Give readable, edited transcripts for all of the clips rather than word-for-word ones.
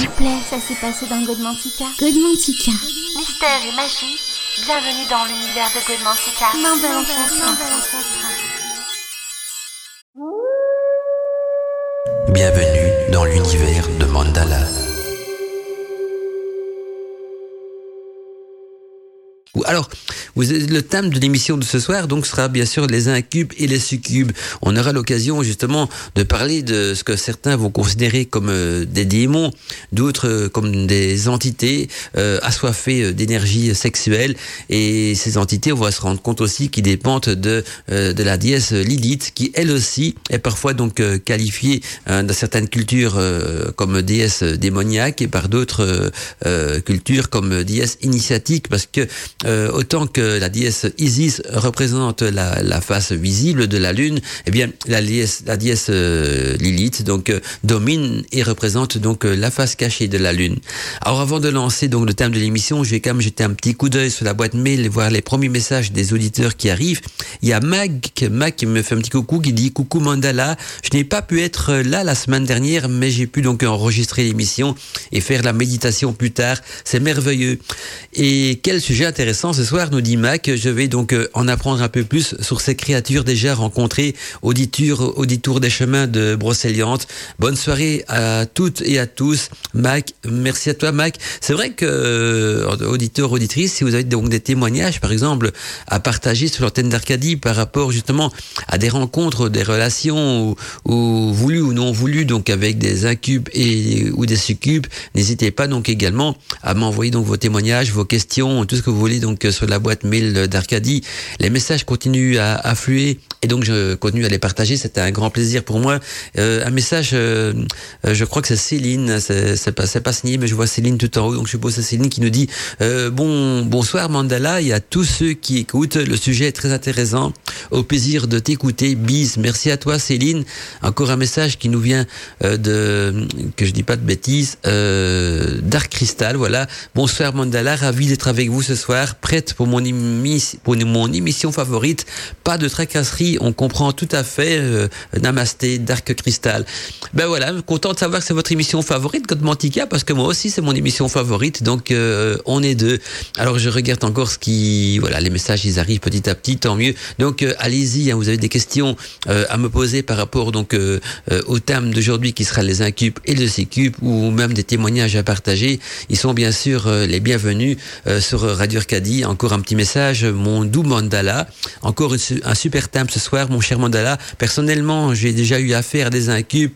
S'il vous plaît, ça s'est passé dans Godmantica. Godmantica. Mystère et magie, bienvenue dans l'univers de Godmantica. Main de l'ancêtre. Bienvenue dans l'univers de Mandala. Alors, le thème de l'émission de ce soir donc sera bien sûr les incubes et les succubes. On aura l'occasion justement de parler de ce que certains vont considérer comme des démons, d'autres comme des entités assoiffées d'énergie sexuelle. Et ces entités, on va se rendre compte aussi qu'ils dépendent de la déesse Lilith, qui elle aussi est parfois donc qualifiée dans certaines cultures comme déesse démoniaque et par d'autres cultures comme déesse initiatique, parce que autant que la déesse Isis représente la face visible de la lune, eh bien la déesse Lilith donc domine et représente donc la face cachée de la lune. Alors avant de lancer donc le thème de l'émission, je vais quand même jeter un petit coup d'œil sur la boîte mail et voir les premiers messages des auditeurs qui arrivent. Il y a Mag qui me fait un petit coucou, qui dit: coucou Mandala, je n'ai pas pu être là la semaine dernière, mais j'ai pu donc enregistrer l'émission et faire la méditation plus tard. C'est merveilleux. Et quel sujet intéressant ce soir, nous dit Mac. Je vais donc en apprendre un peu plus sur ces créatures déjà rencontrées au détour des chemins de Brocéliande. Bonne soirée à toutes et à tous, Mac. Merci à toi, Mac. C'est vrai que, auditeurs, auditrices, si vous avez donc des témoignages, par exemple, à partager sur l'antenne d'Arcadie par rapport justement à des rencontres, des relations ou voulues ou non voulues, donc avec des incubes ou des succubes, n'hésitez pas donc également à m'envoyer donc vos témoignages, vos questions, tout ce que vous voulez donc sur la boîte mail d'Arcadie. Les messages continuent à affluer et donc je continue à les partager. C'était un grand plaisir pour moi. Un message, je crois que c'est Céline, c'est pas signé, mais je vois Céline tout en haut, donc je suppose que c'est Céline qui nous dit bonsoir Mandala, il y a tous ceux qui écoutent, le sujet est très intéressant, au plaisir de t'écouter, bis. Merci à toi Céline. Encore un message qui nous vient que je dis pas de bêtises, Dark Crystal, voilà. Bonsoir Mandala, ravi d'être avec vous ce soir, prête pour mon émission favorite. Pas de tracasserie, on comprend tout à fait. Namasté, Dark Crystal. Ben voilà, content de savoir que c'est votre émission favorite, Godmantica, parce que moi aussi c'est mon émission favorite, donc on est deux. Alors je regarde encore les messages ils arrivent petit à petit, tant mieux. Donc allez-y, vous avez des questions à me poser par rapport donc au thème d'aujourd'hui qui sera les incubes et les succubes, ou même des témoignages à partager. Ils sont bien sûr les bienvenus sur Radio Arcadie. Encore un petit message, mon doux Mandala, encore un super thème ce soir, mon cher Mandala. Personnellement, j'ai déjà eu affaire à des incubes.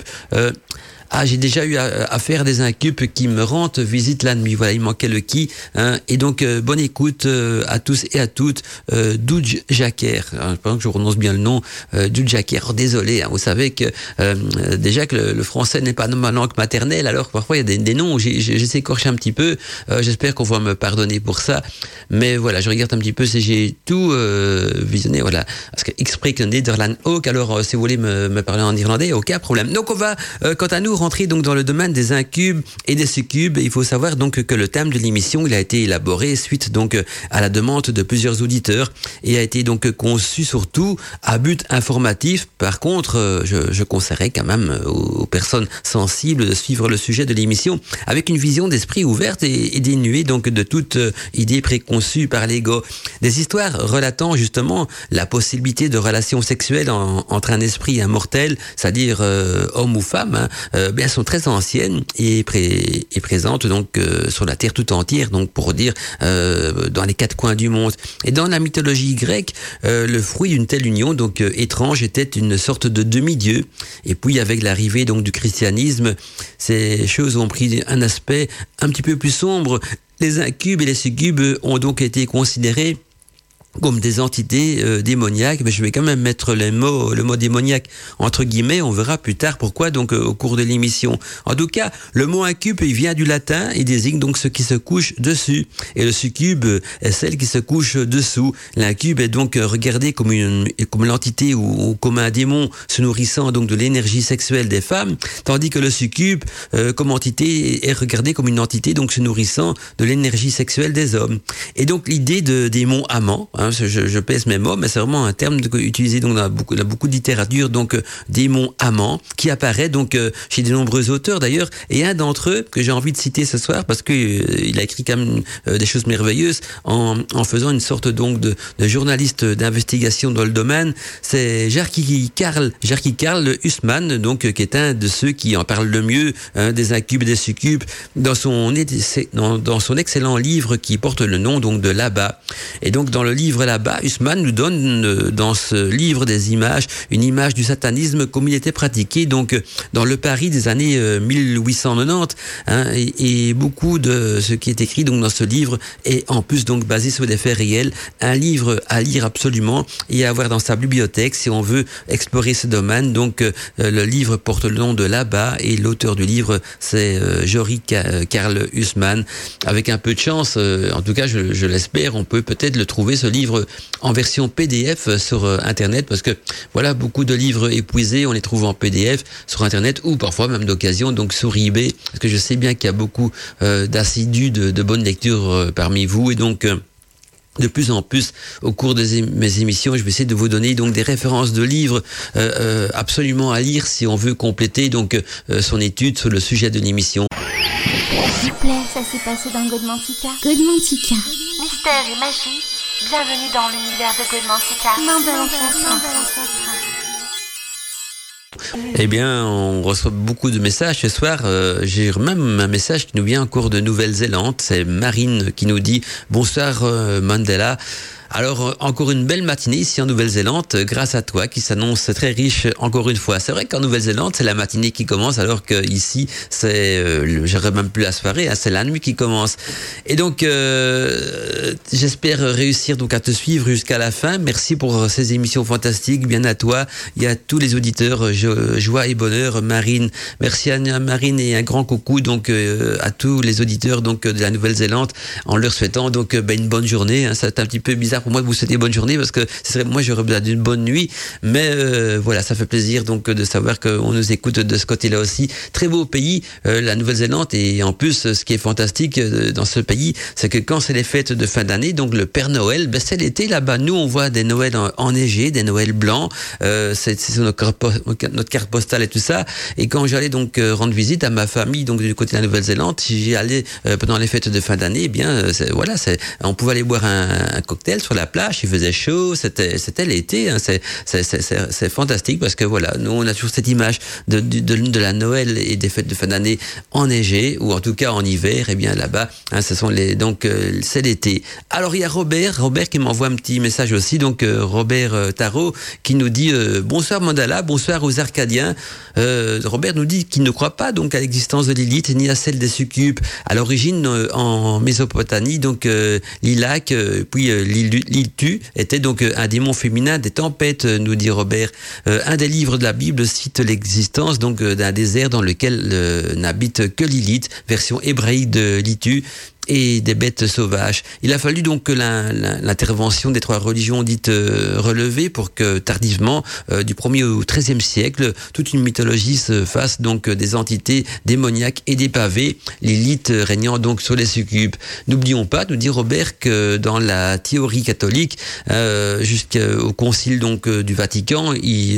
J'ai déjà eu affaire à des incubes qui me rendent visite la nuit. Voilà, il manquait le qui. Et donc, bonne écoute à tous et à toutes. Doudj Jacker. Je pense que je prononce bien le nom. Doudj Jacker. Oh, désolé, vous savez que déjà que le français n'est pas ma langue maternelle, alors parfois il y a des noms où j'essaie d'écorcher un petit peu. J'espère qu'on va me pardonner pour ça. Mais voilà, je regarde un petit peu si j'ai tout visionné. Voilà. Parce que ik spreek Nederland ook. Alors, si vous voulez me parler en irlandais, aucun problème. Donc, on va, quant à nous, rentrer donc dans le domaine des incubes et des succubes. Il faut savoir donc que le thème de l'émission, il a été élaboré suite donc à la demande de plusieurs auditeurs et a été donc conçu surtout à but informatif. Par contre, je conseillerais quand même aux personnes sensibles de suivre le sujet de l'émission avec une vision d'esprit ouverte et dénuée donc de toute idée préconçue par l'ego. Des histoires relatant justement la possibilité de relations sexuelles entre un esprit et un mortel, c'est-à-dire homme ou femme, elles sont très anciennes et présentes donc sur la terre tout entière, donc pour dire dans les quatre coins du monde. Et dans la mythologie grecque, le fruit d'une telle union donc étrange était une sorte de demi-dieu. Et puis avec l'arrivée donc du christianisme, ces choses ont pris un aspect un petit peu plus sombre. Les incubes et les succubes ont donc été considérés comme des entités démoniaques, mais je vais quand même mettre le mot démoniaque entre guillemets, on verra plus tard pourquoi donc au cours de l'émission. En tout cas, le mot incube, il vient du latin et désigne donc ce qui se couche dessus, et le succube est celle qui se couche dessous. L'incube est donc regardé comme l'entité ou comme un démon se nourrissant donc de l'énergie sexuelle des femmes, tandis que le succube comme entité est regardé comme une entité donc se nourrissant de l'énergie sexuelle des hommes. Et donc l'idée de démon amant, hein, je pèse mes mots, mais c'est vraiment un terme utilisé donc dans beaucoup de littérature, donc démon amant, qui apparaît donc chez de nombreux auteurs d'ailleurs, et un d'entre eux que j'ai envie de citer ce soir parce que il a écrit quand même des choses merveilleuses en faisant une sorte donc de journaliste d'investigation dans le domaine. C'est Jerky Karl Hussmann, donc qui est un de ceux qui en parle le mieux, hein, des incubes et des succubes, dans son excellent livre qui porte le nom donc de Là-bas. Et donc dans le livre Là-bas, Hussmann nous donne dans ce livre des images, une image du satanisme comme il était pratiqué donc dans le Paris des années 1890, hein, et beaucoup de ce qui est écrit donc dans ce livre est en plus donc basé sur des faits réels. Un livre à lire absolument et à avoir dans sa bibliothèque si on veut explorer ce domaine. Donc le livre porte le nom de Là-bas et l'auteur du livre c'est Jerky Karl Hussmann. Avec un peu de chance, en tout cas je l'espère, on peut peut-être le trouver ce livre en version PDF sur internet, parce que voilà, beaucoup de livres épuisés on les trouve en PDF sur internet ou parfois même d'occasion donc sur eBay, parce que je sais bien qu'il y a beaucoup d'assidus de bonne lecture parmi vous, et donc de plus en plus, au cours de mes émissions, je vais essayer de vous donner donc des références de livres absolument à lire si on veut compléter donc son étude sur le sujet de l'émission. S'il vous plaît, ça s'est passé dans Godmantica. Godmantica. Mystère et magie, bienvenue dans l'univers de Godmantica. Eh bien, on reçoit beaucoup de messages ce soir. J'ai même un message qui nous vient encore de Nouvelle-Zélande. C'est Marine qui nous dit « Bonsoir Mandela ». Alors, encore une belle matinée ici en Nouvelle-Zélande, grâce à toi, qui s'annonce très riche encore une fois. C'est vrai qu'en Nouvelle-Zélande, c'est la matinée qui commence, alors qu'ici, j'aurais même plus la soirée, hein, c'est la nuit qui commence. Et donc, j'espère réussir donc à te suivre jusqu'à la fin. Merci pour ces émissions fantastiques, bien à toi et à tous les auditeurs. Joie et bonheur, Marine. Merci à Marine et un grand coucou donc à tous les auditeurs donc de la Nouvelle-Zélande, en leur souhaitant donc une bonne journée. Hein. C'est un petit peu bizarre pour moi de vous souhaiter bonne journée, parce que moi j'aurais besoin d'une bonne nuit, mais voilà, ça fait plaisir donc de savoir qu'on nous écoute de ce côté-là aussi. Très beau pays, la Nouvelle-Zélande, et en plus ce qui est fantastique dans ce pays, c'est que quand c'est les fêtes de fin d'année, donc le Père Noël, c'est l'été là-bas. Nous on voit des Noëls enneigés, des Noëls blancs, c'est sur notre carte postale et tout ça. Et quand j'allais donc rendre visite à ma famille donc du côté de la Nouvelle-Zélande, j'y allais pendant les fêtes de fin d'année, eh bien on pouvait aller boire un cocktail sur la plage, il faisait chaud, c'était l'été, hein, c'est fantastique, parce que voilà, nous on a toujours cette image de la Noël et des fêtes de fin d'année enneigées, ou en tout cas en hiver. Et bien là-bas, hein, c'est l'été. Alors il y a Robert qui m'envoie un petit message aussi, donc Robert Tarot, qui nous dit bonsoir Mandala, bonsoir aux Arcadiens. Robert nous dit qu'il ne croit pas donc à l'existence de Lilith ni à celle des succubes. À l'origine en Mésopotamie, donc Lilac puis Litu était donc un démon féminin des tempêtes, nous dit Robert. Un des livres de la Bible cite l'existence donc d'un désert dans lequel n'habite que Lilith, version hébraïque de Litu, et des bêtes sauvages. Il a fallu donc que l'intervention des trois religions dites relevées pour que tardivement, du 1er au 13e siècle, toute une mythologie se fasse donc des entités démoniaques et dépavées, Lilith régnant donc sur les succubes. N'oublions pas, nous dit Robert, que dans la théorie catholique, jusqu'au concile donc du Vatican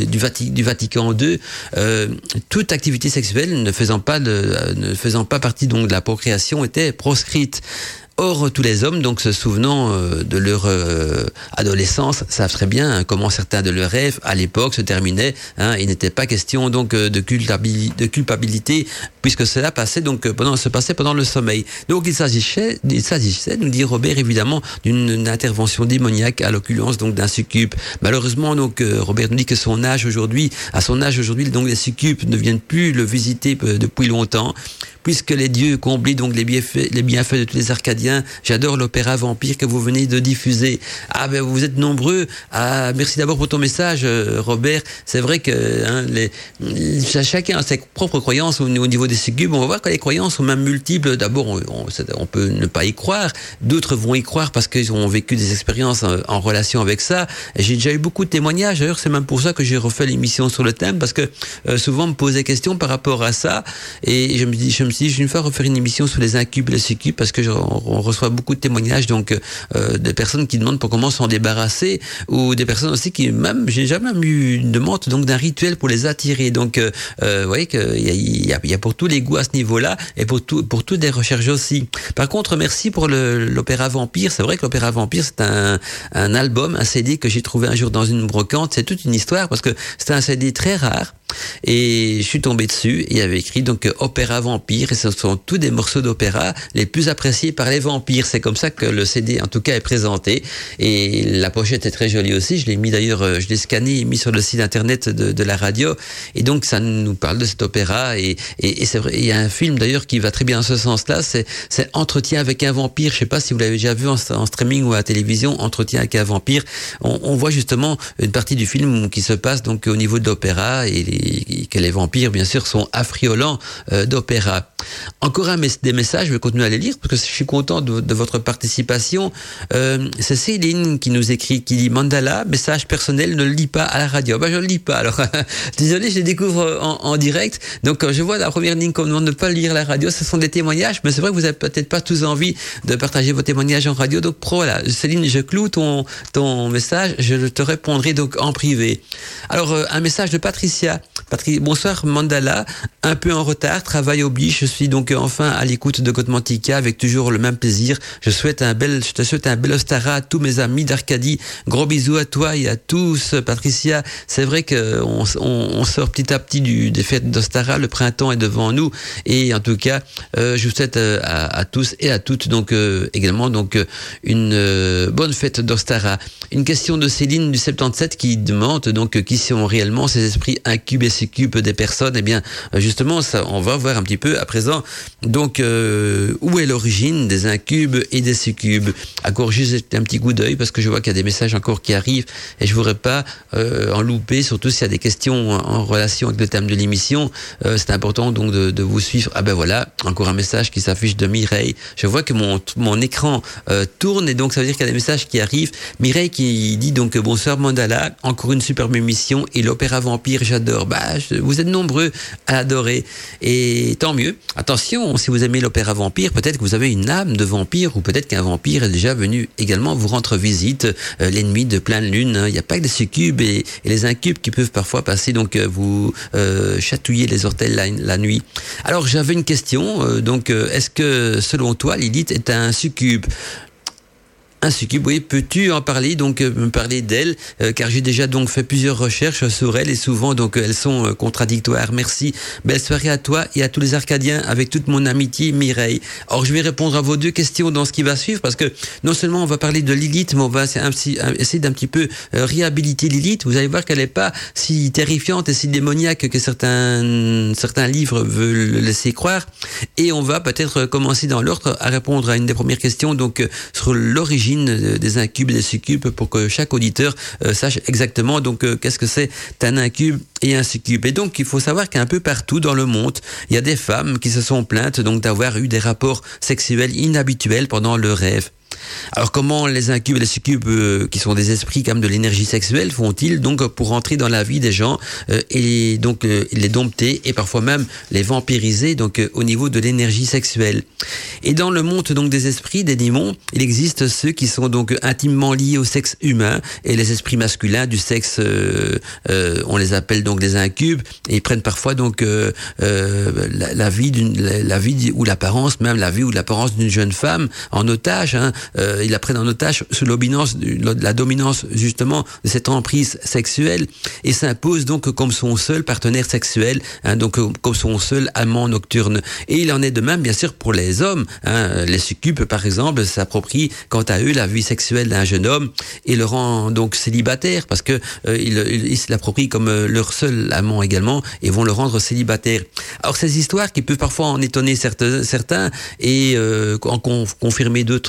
II, toute activité sexuelle ne faisant pas partie donc de la procréation était proscrite. Or, tous les hommes, donc se souvenant de leur adolescence, savent très bien hein, comment certains de leurs rêves à l'époque se terminaient. Hein, il n'était pas question donc de culpabilité, puisque cela se passait pendant le sommeil. Donc il s'agissait, nous dit Robert, évidemment, d'une intervention démoniaque, à l'occurrence donc d'un succube. Malheureusement, donc Robert nous dit que à son âge aujourd'hui, donc les succubes ne viennent plus le visiter depuis longtemps, puisque les dieux comblent donc les bienfaits de tous les Arcadiens. J'adore l'opéra Vampire que vous venez de diffuser. Ah ben vous êtes nombreux. Ah, merci d'abord pour ton message, Robert. C'est vrai que chacun a ses propres croyances au niveau des succubes. On va voir que les croyances sont même multiples. D'abord, on peut ne pas y croire. D'autres vont y croire parce qu'ils ont vécu des expériences en relation avec ça. Et j'ai déjà eu beaucoup de témoignages. D'ailleurs, c'est même pour ça que j'ai refait l'émission sur le thème, parce que souvent on me posait des questions par rapport à ça. Et je me me suis dit, je vais une fois refaire une émission sur les incubes et les succubes parce que on reçoit beaucoup de témoignages donc de personnes qui demandent pour comment s'en débarrasser, ou des personnes aussi qui même j'ai jamais eu une demande donc d'un rituel pour les attirer. Donc vous voyez qu'il y a pour tous les goûts à ce niveau-là et pour toutes les recherches aussi. Par contre, merci pour l'opéra Vampire. C'est vrai que l'opéra Vampire, c'est un album, un CD que j'ai trouvé un jour dans une brocante. C'est toute une histoire parce que c'était un CD très rare. Et je suis tombé dessus, il y avait écrit donc opéra vampire, et ce sont tous des morceaux d'opéra les plus appréciés par les vampires. C'est comme ça que le CD en tout cas est présenté, et la pochette est très jolie aussi. Je l'ai mis d'ailleurs, je l'ai scanné et mis sur le site internet de la radio, et donc ça nous parle de cet opéra, et c'est vrai, il y a un film d'ailleurs qui va très bien dans ce sens-là, c'est Entretien avec un vampire. Je sais pas si vous l'avez déjà vu en streaming ou à la télévision, Entretien avec un vampire. On voit justement une partie du film qui se passe donc au niveau de l'opéra, et que les vampires, bien sûr, sont affriolants d'opéra. Encore des messages, je vais continuer à les lire, parce que je suis content de votre participation. C'est Céline qui nous écrit, qui dit « Mandala, message personnel, ne le lis pas à la radio. » Je ne le lis pas, alors désolé, je les découvre en direct. Donc, je vois la première ligne qu'on demande de ne pas lire à la radio, ce sont des témoignages, mais c'est vrai que vous n'avez peut-être pas tous envie de partager vos témoignages en radio. Donc, voilà, Céline, je cloue ton message, je te répondrai donc en privé. Alors, un message de Patricia. Bonsoir Mandala, un peu en retard, travail oblige, je suis donc enfin à l'écoute de Godmantica avec toujours le même plaisir. Je te souhaite un bel Ostara à tous mes amis d'Arcadie. Gros bisous à toi et à tous, Patricia. C'est vrai que on sort petit à petit des fêtes d'Ostara, le printemps est devant nous, et en tout cas, je vous souhaite à tous et à toutes donc également donc une bonne fête d'Ostara. Une question de Céline du 77 qui demande donc qui sont réellement ces esprits incubes et succubes des personnes. Eh bien, justement, ça, on va voir un petit peu à présent. Donc, où est l'origine des incubes et des succubes? Encore juste un petit coup d'œil parce que je vois qu'il y a des messages encore qui arrivent et je voudrais pas en louper, surtout s'il y a des questions en relation avec le thème de l'émission. C'est important donc de vous suivre. Ah ben voilà, encore un message qui s'affiche de Mireille. Je vois que mon écran tourne et donc ça veut dire qu'il y a des messages qui arrivent. Mireille qui dit donc bonsoir Mandala, encore une superbe émission et l'opéra vampire, j'adore. Vous êtes nombreux à l'adorer et tant mieux. Attention, si vous aimez l'opéra vampire, peut-être que vous avez une âme de vampire ou peut-être qu'un vampire est déjà venu également vous rendre visite, l'ennemi de pleine lune. Il n'y a pas que des succubes et les incubes qui peuvent parfois passer donc vous chatouiller les orteils la nuit. Alors j'avais une question, donc est-ce que selon toi Lilith est un succube? Un succube, oui, peux-tu en parler, donc me parler d'elle, car j'ai déjà donc fait plusieurs recherches sur elle et souvent donc elles sont contradictoires. Merci, belle soirée à toi et à tous les Arcadiens avec toute mon amitié Mireille. Or je vais répondre à vos deux questions dans ce qui va suivre parce que non seulement on va parler de Lilith, mais on va essayer d'un petit peu réhabiliter Lilith. Vous allez voir qu'elle n'est pas si terrifiante et si démoniaque que certains livres veulent le laisser croire. Et on va peut-être commencer dans l'ordre à répondre à une des premières questions donc sur l'origine des incubes et des succubes pour que chaque auditeur sache exactement donc qu'est-ce que c'est un incube et un succube. Et donc il faut savoir qu'un peu partout dans le monde, il y a des femmes qui se sont plaintes donc d'avoir eu des rapports sexuels inhabituels pendant leur rêve. Alors comment les incubes et les succubes qui sont des esprits comme de l'énergie sexuelle font-ils donc pour entrer dans la vie des gens et donc les dompter et parfois même les vampiriser donc au niveau de l'énergie sexuelle. Et dans le monde donc des esprits, des démons, il existe ceux qui sont donc intimement liés au sexe humain et les esprits masculins du sexe on les appelle donc des incubes et ils prennent parfois donc la vie ou l'apparence, même la vie ou l'apparence d'une jeune femme en otage. Ils la prennent en otage sous la dominance justement de cette emprise sexuelle et s'imposent donc comme son seul partenaire sexuel, donc comme son seul amant nocturne. Et il en est de même bien sûr pour les hommes. Les succubes par exemple s'approprient quant à eux la vie sexuelle d'un jeune homme et le rend donc célibataire parce que ils se l'approprient comme leur seul amant également et vont le rendre célibataire. Alors ces histoires qui peuvent parfois en étonner certains et en confirmer d'autres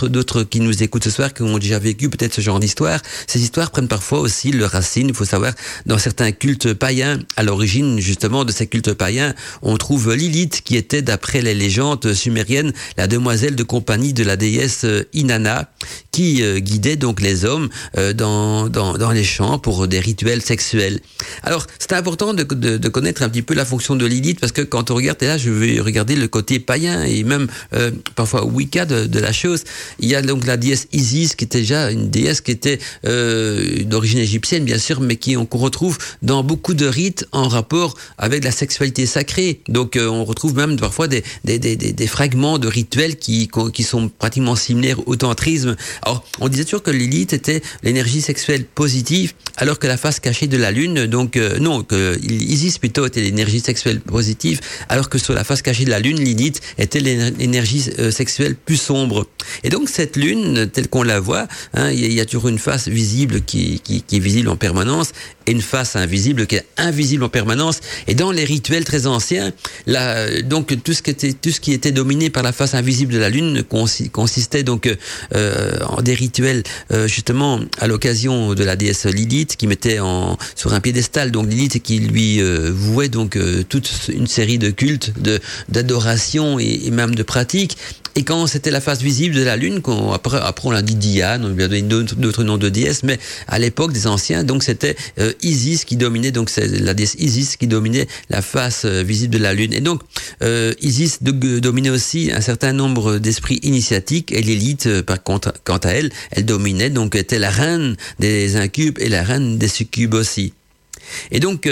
qui nous écoutent ce soir, qui ont déjà vécu peut-être ce genre d'histoire, ces histoires prennent parfois aussi leurs racines, il faut savoir, dans certains cultes païens. À l'origine, justement, de ces cultes païens, on trouve Lilith, qui était, d'après les légendes sumériennes, la demoiselle de compagnie de la déesse Inanna, qui guidait donc les hommes dans les champs pour des rituels sexuels. Alors, c'est important de connaître un petit peu la fonction de Lilith, parce que quand on regarde, et là je vais regarder le côté païen et même parfois Wicca de la chose, il y a donc la déesse Isis, qui était déjà une déesse qui était d'origine égyptienne bien sûr, mais qu'on retrouve dans beaucoup de rites en rapport avec la sexualité sacrée. Donc on retrouve même parfois des fragments de rituels qui sont pratiquement similaires au tantrisme. Alors on disait toujours que Lilith était l'énergie sexuelle positive, alors que la face cachée de la lune, donc que Isis plutôt était l'énergie sexuelle positive, alors que sur la face cachée de la lune, Lilith était l'énergie sexuelle plus sombre. Et donc cette lune, telle qu'on la voit, il y a toujours une face visible qui est visible en permanence, et une face invisible qui est invisible en permanence. Et dans les rituels très anciens, donc tout ce qui était dominé par la face invisible de la lune consistait donc en des rituels justement à l'occasion de la déesse Lilith, qui mettait sur un piédestal donc Lilith, qui lui vouait donc toute une série de cultes, d'adoration et même de pratiques. Et quand c'était la face visible de la lune, après on l'a dit Diane, on lui a donné d'autres noms de déesses, mais à l'époque des anciens, donc c'était Isis qui dominait, donc c'est la déesse Isis qui dominait la face visible de la lune. Et donc Isis dominait aussi un certain nombre d'esprits initiatiques, et Lilith, par contre, quant à elle, elle dominait, donc était la reine des incubes et la reine des succubes aussi. Et donc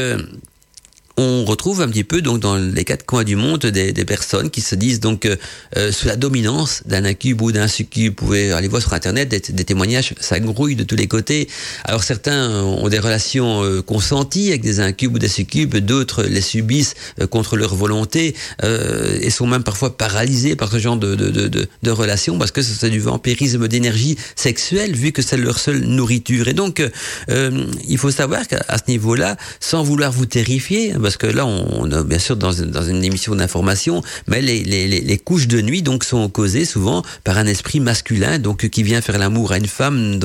on retrouve un petit peu donc dans les quatre coins du monde des personnes qui se disent donc sous la dominance d'un incube ou d'un succube. Vous pouvez aller voir sur internet des témoignages, ça grouille de tous les côtés. Alors certains ont des relations consenties avec des incubes ou des succubes, d'autres les subissent contre leur volonté et sont même parfois paralysés par ce genre de relations, parce que c'est du vampirisme d'énergie sexuelle, vu que c'est leur seule nourriture. Et donc il faut savoir qu'à ce niveau-là, sans vouloir vous terrifier, parce que là on est bien sûr dans une émission d'information, mais les couches de nuit donc sont causées souvent par un esprit masculin, donc qui vient faire l'amour à une femme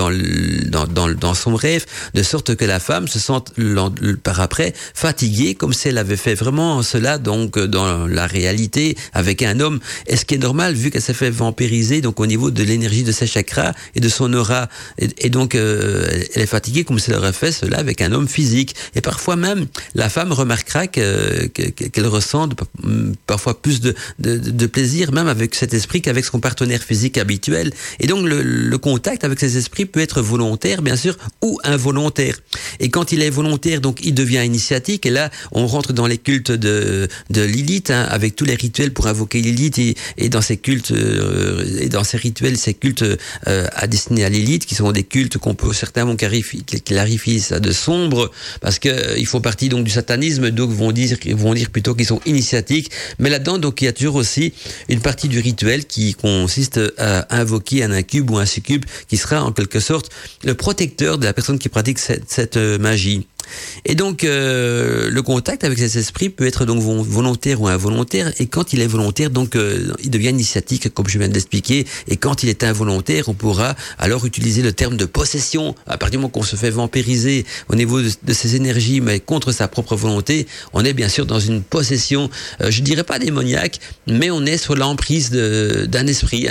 dans son rêve, de sorte que la femme se sente par après fatiguée, comme si elle avait fait vraiment cela donc dans la réalité avec un homme, et ce qui est normal vu qu'elle s'est fait vampiriser donc au niveau de l'énergie de ses chakras et de son aura, et donc elle est fatiguée comme si elle aurait fait cela avec un homme physique. Et parfois même la femme remarquera qu'elle ressent parfois plus de plaisir même avec cet esprit qu'avec son partenaire physique habituel. Et donc le contact avec ces esprits peut être volontaire bien sûr ou involontaire. Et quand il est volontaire, donc il devient initiatique, et là on rentre dans les cultes de Lilith, avec tous les rituels pour invoquer Lilith, et dans ces cultes et dans ces rituels, ces cultes à destiner à Lilith, qui sont des cultes certains vont clarifier ça de sombre, parce que ils font partie donc du satanisme, donc vont dire plutôt qu'ils sont initiatiques. Mais là-dedans, donc il y a toujours aussi une partie du rituel qui consiste à invoquer un incube ou un succube, qui sera en quelque sorte le protecteur de la personne qui pratique cette magie. Et donc le contact avec ces esprits peut être donc volontaire ou involontaire, et quand il est volontaire, donc il devient initiatique comme je viens de l'expliquer, et quand il est involontaire, on pourra alors utiliser le terme de possession. À partir du moment qu'on se fait vampiriser au niveau de ses énergies, mais contre sa propre volonté, on est bien sûr dans une possession, je dirais pas démoniaque, mais on est sur l'emprise d'un esprit,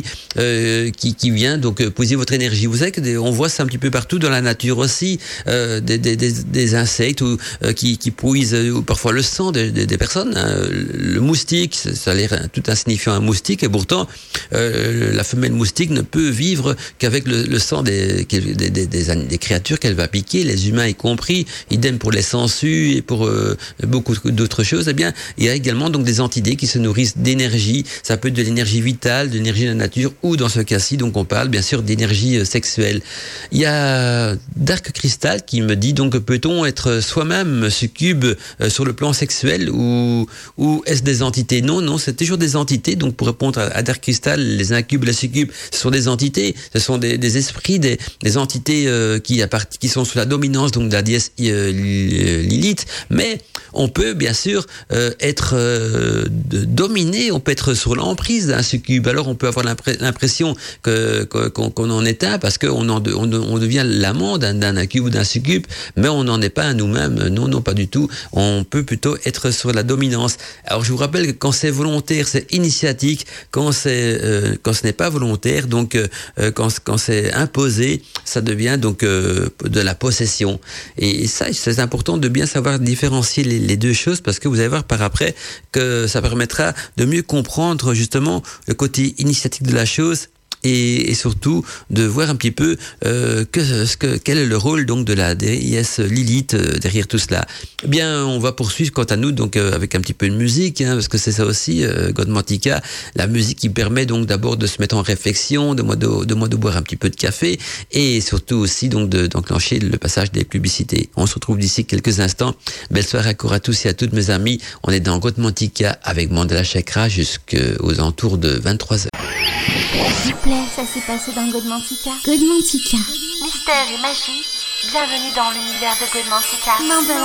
qui vient donc poser votre énergie. Vous savez que on voit ça un petit peu partout dans la nature aussi, des insectes qui puisent parfois le sang des personnes. Le moustique, ça a l'air tout insignifiant, un moustique, et pourtant la femelle moustique ne peut vivre qu'avec le sang des créatures qu'elle va piquer, les humains y compris. Idem pour les sangsues et pour beaucoup d'autres choses. Eh bien, il y a également donc des antidés qui se nourrissent d'énergie. Ça peut être de l'énergie vitale, de l'énergie de la nature, ou dans ce cas-ci, donc on parle bien sûr d'énergie sexuelle. Il y a Dark Crystal qui me dit donc que peut-on être soi-même succube sur le plan sexuel ou est-ce des entités? Non, c'est toujours des entités. Donc pour répondre à Dark Crystal, les incubes, les succubes, ce sont des entités, ce sont des esprits, des entités qui sont sous la dominance donc de la déesse Lilith. Mais on peut bien sûr être dominé, on peut être sur l'emprise d'un succube. Alors on peut avoir l'impression qu'on en est un parce qu'on on devient l'amant d'un incube ou d'un succube, mais on n'en est pas un nous-mêmes. Non, pas du tout. On peut plutôt être sur la dominance. Alors je vous rappelle que quand c'est volontaire, c'est initiatique. Quand ce n'est pas volontaire, donc quand c'est imposé, ça devient donc de la possession. Et ça, c'est important de bien savoir différencier les deux choses parce que vous allez voir par après que ça permettra de mieux comprendre justement le côté initiatique de la chose. Et surtout de voir un petit peu quel est le rôle donc de la déesse Lilith derrière tout cela. Eh bien, on va poursuivre quant à nous donc avec un petit peu de musique, parce que c'est ça aussi, Godmantica, la musique qui permet donc d'abord de se mettre en réflexion, de boire un petit peu de café, et surtout aussi donc d'enclencher le passage des publicités. On se retrouve d'ici quelques instants. Belle soirée encore à tous et à toutes mes amis. On est dans Godmantica avec Mandala Chakra jusqu'aux alentours de 23h. S'il vous plaît, ça s'est passé dans Godmantica. Godmantica. Mystère et magie, bienvenue dans l'univers de Godmantica.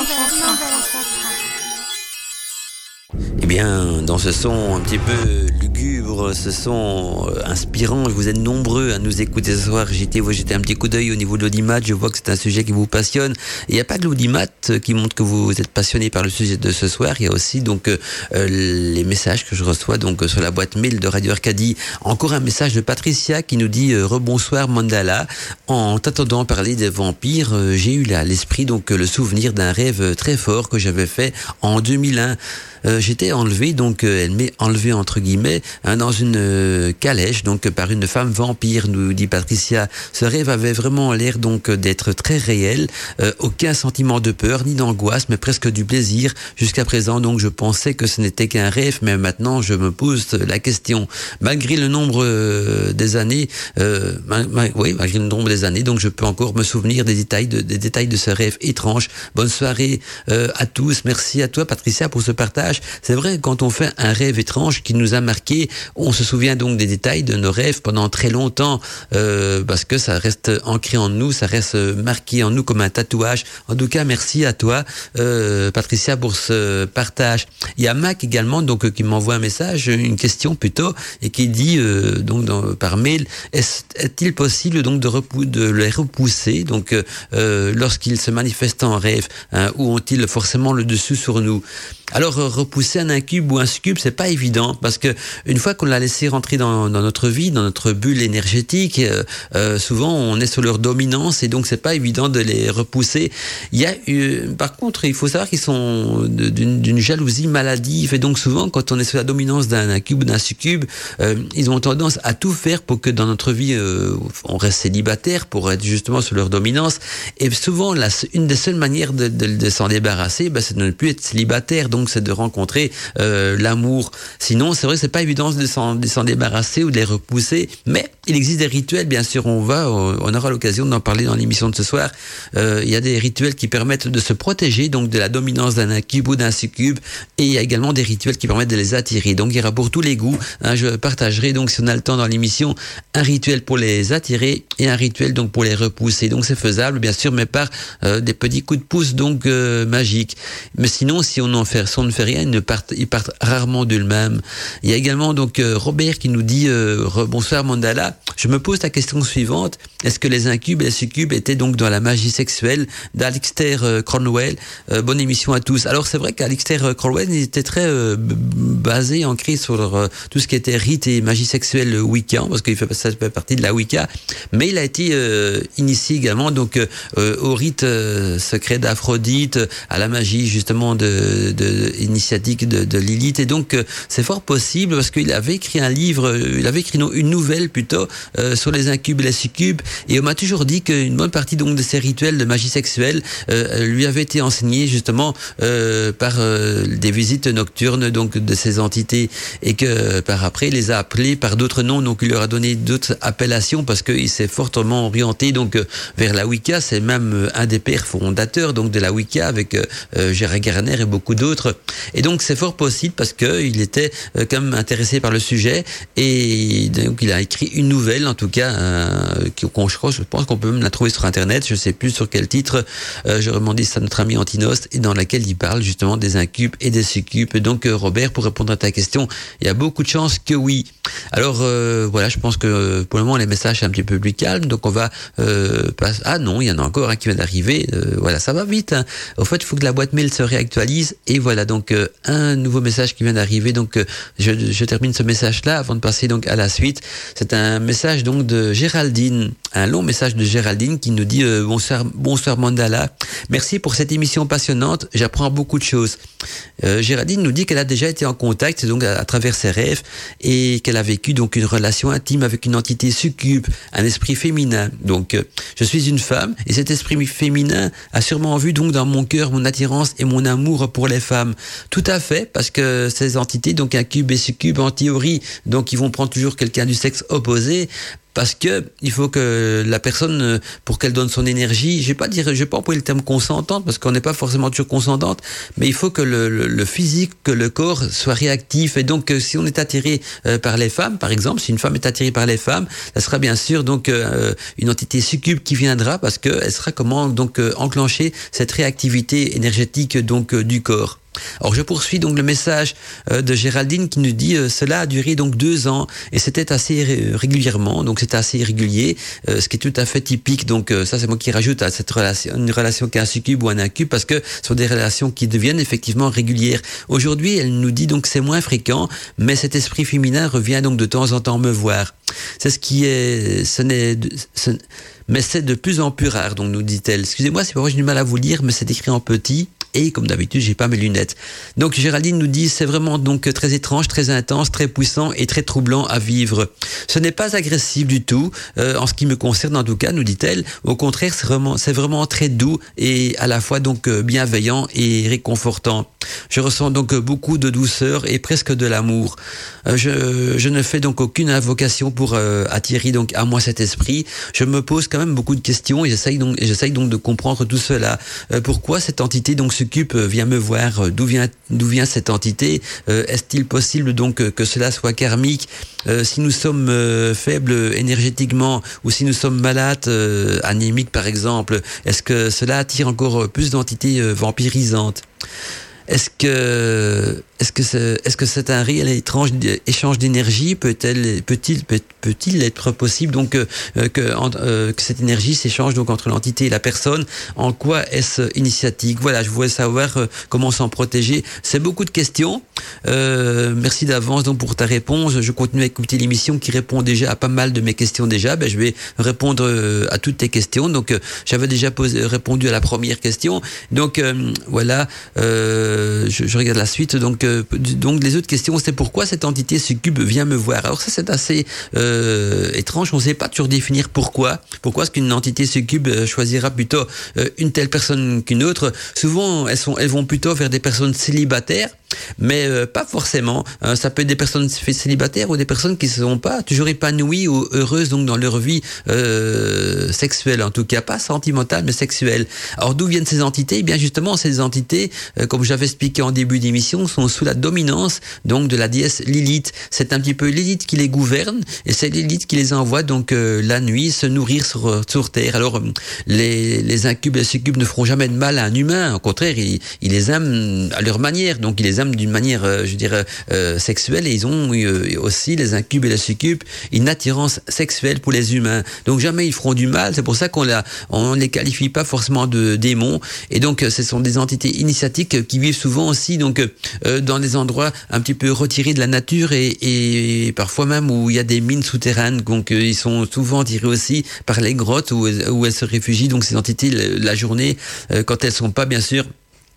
Eh bien, dans ce son un petit peu lugubre, ce son inspirant, vous êtes nombreux à nous écouter ce soir. J'ai jeté un petit coup d'œil au niveau de l'audimat. Je vois que c'est un sujet qui vous passionne. Il n'y a pas que l'audimat qui montre que vous êtes passionné par le sujet de ce soir. Il y a aussi donc les messages que je reçois donc sur la boîte mail de Radio Arcadie. Encore un message de Patricia qui nous dit rebonsoir Mandala. En t'attendant parler des vampires, j'ai eu là à l'esprit donc le souvenir d'un rêve très fort que j'avais fait en 2001. J'étais enlevé, donc elle m'est enlevé entre guillemets, dans une calèche, donc par une femme vampire, nous dit Patricia. Ce rêve avait vraiment l'air donc d'être très réel, aucun sentiment de peur ni d'angoisse, mais presque du plaisir. Jusqu'à présent, donc je pensais que ce n'était qu'un rêve, mais maintenant je me pose la question. Malgré le nombre des années, malgré le nombre des années, donc je peux encore me souvenir des détails de ce rêve étrange. Bonne soirée à tous. Merci à toi Patricia pour ce partage. C'est vrai, quand on fait un rêve étrange qui nous a marqué, on se souvient donc des détails de nos rêves pendant très longtemps, parce que ça reste ancré en nous, ça reste marqué en nous comme un tatouage. En tout cas, merci à toi, Patricia, pour ce partage. Il y a Mac également, donc qui m'envoie un message, une question plutôt, et qui dit par mail, est-il possible donc de les repousser, donc lorsqu'ils se manifestent en rêve, ou ont-ils forcément le dessus sur nous? Alors repousser un incube ou un succube, c'est pas évident parce que une fois qu'on l'a laissé rentrer dans notre vie, dans notre bulle énergétique, souvent on est sous leur dominance et donc c'est pas évident de les repousser. Il y a par contre, il faut savoir qu'ils sont d'une jalousie maladive et donc souvent quand on est sous la dominance d'un incube ou d'un succube, ils ont tendance à tout faire pour que dans notre vie on reste célibataire pour être justement sous leur dominance et souvent une des seules manières de s'en débarrasser, c'est de ne plus être célibataire. Donc c'est de rencontrer l'amour. Sinon, c'est vrai que c'est pas évident de s'en débarrasser ou de les repousser, mais il existe des rituels, bien sûr, on aura l'occasion d'en parler dans l'émission de ce soir. Il y a des rituels qui permettent de se protéger donc de la dominance d'un incube ou d'un succube, et il y a également des rituels qui permettent de les attirer. Donc il y aura pour tous les goûts. Je partagerai donc, si on a le temps dans l'émission, un rituel pour les attirer et un rituel donc pour les repousser. Donc c'est faisable, bien sûr, mais par des petits coups de pouce donc magiques. Mais sinon, si on ne fait rien, ils partent rarement d'eux-mêmes. Il y a également donc Robert qui nous dit bonsoir Mandala. Je me pose la question suivante. Est-ce que les incubes et les succubes étaient donc dans la magie sexuelle d'Alistair Cromwell? Bonne émission à tous. Alors c'est vrai qu'Alistair Cromwell était très basé, ancré sur tout ce qui était rite et magie sexuelle wiccan, parce qu'il ça fait partie de la Wicca, mais il a été initié également donc au rite secret d'Aphrodite, à la magie justement de initiatique de Lilith. Et donc, c'est fort possible parce qu'il avait écrit un livre, une nouvelle plutôt, sur les incubes et les succubes. Et on m'a toujours dit qu'une bonne partie donc de ces rituels de magie sexuelle lui avait été enseignée justement par des visites nocturnes donc de ces entités, et que par après il les a appelés par d'autres noms, donc il leur a donné d'autres appellations parce qu'il s'est fortement orienté donc vers la Wicca. C'est même un des pères fondateurs donc de la Wicca avec Gérard Garner et beaucoup d'autres. Et donc c'est fort possible parce que il était quand même intéressé par le sujet, et donc il a écrit une nouvelle, en tout cas je pense qu'on peut même la trouver sur internet, je sais plus sur quel titre, je demandais ça à notre ami Antinost, et dans laquelle il parle justement des incubes et des succubes. Donc Robert, pour répondre à ta question, il y a beaucoup de chances que oui. Alors voilà, je pense que pour le moment les messages sont un petit peu plus calmes, donc on va passer. Ah non, il y en a encore un qui vient d'arriver. Voilà, ça va vite. Hein. Au fait, il faut que la boîte mail se réactualise, et voilà donc un nouveau message qui vient d'arriver. Donc je termine ce message-là avant de passer donc à la suite. C'est un message donc de Géraldine, un long message de Géraldine qui nous dit bonsoir Mandala. Merci pour cette émission passionnante. J'apprends beaucoup de choses. Géraldine nous dit qu'elle a déjà été en contact donc à travers ses rêves, et qu'elle a vécu donc une relation intime avec une entité succube, un esprit féminin. Donc je suis une femme, et cet esprit féminin a sûrement vu donc dans mon cœur mon attirance et mon amour pour les femmes. Tout à fait, parce que ces entités, donc incubes et succubes, en théorie, donc ils vont prendre toujours quelqu'un du sexe opposé. Parce que il faut que la personne, pour qu'elle donne son énergie, je vais pas employer le terme consentante, parce qu'on n'est pas forcément toujours consentante, mais il faut que le physique, que le corps soit réactif. Et donc, si on est attiré par les femmes, par exemple, si une femme est attirée par les femmes, ça sera bien sûr donc une entité succube qui viendra, parce que elle sera donc enclencher cette réactivité énergétique donc du corps. Alors je poursuis donc le message de Géraldine qui nous dit cela a duré donc 2 ans, et c'était assez régulièrement, donc c'était assez irrégulier, ce qui est tout à fait typique. Donc ça c'est moi qui rajoute à cette relation, une relation qu'un succube ou un incube, parce que ce sont des relations qui deviennent effectivement régulières. Aujourd'hui elle nous dit donc c'est moins fréquent, mais cet esprit féminin revient donc de temps en temps me voir. C'est mais c'est de plus en plus rare, donc nous dit-elle. Excusez-moi, c'est pourquoi j'ai du mal à vous lire, mais c'est écrit en petit. Et comme d'habitude, j'ai pas mes lunettes. Donc Géraldine nous dit, c'est vraiment donc très étrange, très intense, très puissant et très troublant à vivre. Ce n'est pas agressif du tout, en ce qui me concerne en tout cas, nous dit-elle. Au contraire, c'est vraiment très doux et à la fois donc bienveillant et réconfortant. Je ressens donc beaucoup de douceur et presque de l'amour. Je ne fais donc aucune invocation pour attirer donc à moi cet esprit. Je me pose quand même beaucoup de questions, et j'essaye donc de comprendre tout cela. Pourquoi cette entité donc succube vient me voir? D'où vient cette entité? Est-il possible donc que cela soit karmique? Si nous sommes faibles énergétiquement, ou si nous sommes malades, anémiques par exemple, est-ce que cela attire encore plus d'entités vampirisantes? Est-ce que c'est un réel étrange échange d'énergie? Peut-il être possible donc que cette énergie s'échange donc entre l'entité et la personne? En quoi est-ce initiatique? Voilà, je voulais savoir comment s'en protéger. C'est beaucoup de questions. Merci d'avance donc pour ta réponse. Je continue à écouter l'émission qui répond déjà à pas mal de mes questions déjà. Je vais répondre à toutes tes questions. Donc j'avais déjà répondu à la première question. Donc voilà. Je regarde la suite. Donc les autres questions, c'est pourquoi cette entité succube vient me voir. Alors ça c'est assez étrange. On ne sait pas toujours définir pourquoi. Pourquoi est-ce qu'une entité succube choisira plutôt une telle personne qu'une autre? Souvent elles vont plutôt vers des personnes célibataires. Mais pas forcément. Ça peut être des personnes célibataires ou des personnes qui ne sont pas toujours épanouies ou heureuses donc dans leur vie sexuelle, en tout cas pas sentimentale mais sexuelle. Alors d'où viennent ces entités? Eh bien justement ces entités, comme j'avais expliqué en début d'émission, sont sous la dominance donc de la déesse Lilith. C'est un petit peu Lilith qui les gouverne, et c'est Lilith qui les envoie donc la nuit se nourrir sur terre. Alors les incubes et les succubes ne feront jamais de mal à un humain. Au contraire, ils les aiment à leur manière. Donc ils les aiment d'une manière, sexuelle, et ils ont aussi, les incubes et les succubes, une attirance sexuelle pour les humains. Donc jamais ils feront du mal. C'est pour ça qu'on les qualifie pas forcément de démons. Et donc ce sont des entités initiatiques qui vivent souvent aussi donc dans des endroits un petit peu retirés de la nature, et parfois même où il y a des mines souterraines. Donc ils sont souvent attirés aussi par les grottes où elles se réfugient. Donc ces entités la journée, quand elles sont pas bien sûr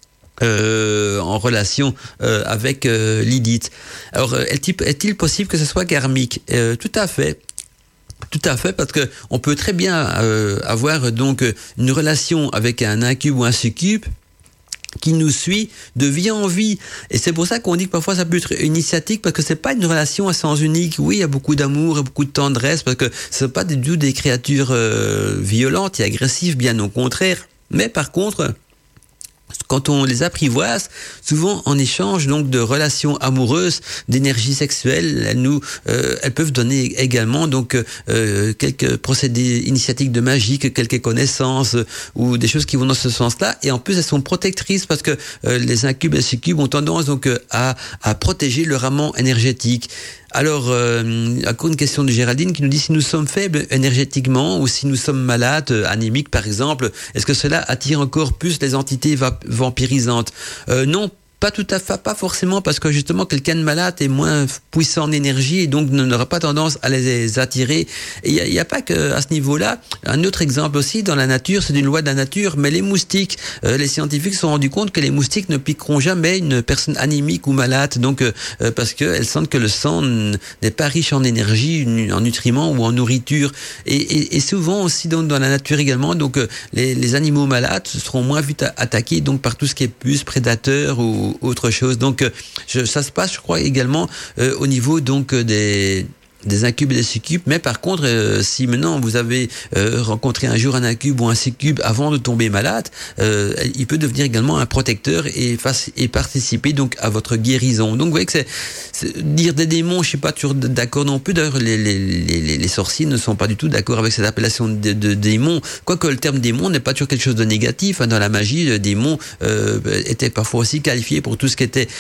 en relation avec Lilith. Alors, est-il possible que ce soit karmique? Tout à fait. Tout à fait, parce que on peut très bien avoir donc une relation avec un incube ou un succube qui nous suit de vie en vie. Et c'est pour ça qu'on dit que parfois ça peut être initiatique, parce que c'est pas une relation à sens unique. Oui, il y a beaucoup d'amour et beaucoup de tendresse, parce que ce ne sont pas du tout des créatures violentes et agressives, bien au contraire. Mais par contre, quand on les apprivoise, souvent en échange donc de relations amoureuses, d'énergie sexuelle, elles peuvent donner également donc quelques procédés initiatiques de magie, quelques connaissances ou des choses qui vont dans ce sens-là. Et en plus, elles sont protectrices, parce que les incubes et les succubes ont tendance donc à protéger leur amant énergétique. Alors, encore une question de Géraldine qui nous dit: si nous sommes faibles énergétiquement ou si nous sommes malades, anémiques par exemple, est-ce que cela attire encore plus les entités vampirisantes? Non. Pas tout à fait, pas forcément, parce que justement quelqu'un de malade est moins puissant en énergie et donc n'aura pas tendance à les attirer. Et il y a pas que à ce niveau-là. Un autre exemple aussi dans la nature, c'est une loi de la nature, mais les moustiques, les scientifiques se sont rendus compte que les moustiques ne piqueront jamais une personne anémique ou malade, donc parce que elles sentent que le sang n'est pas riche en énergie, en nutriments ou en nourriture. Et souvent aussi dans la nature également, donc les animaux malades seront moins vite attaqués donc par tout ce qui est puces, prédateurs ou autre chose. Donc ça se passe, je crois, également au niveau donc des incubes et des succubes. Mais par contre, si maintenant vous avez rencontré un jour un incube ou un succube avant de tomber malade, il peut devenir également un protecteur et participer donc à votre guérison. Donc vous voyez que c'est dire des démons, je suis pas toujours d'accord non plus. D'ailleurs, les sorciers ne sont pas du tout d'accord avec cette appellation de démon. Quoique le terme démon n'est pas toujours quelque chose de négatif. Dans la magie, le démon était parfois aussi qualifié pour tout ce qui était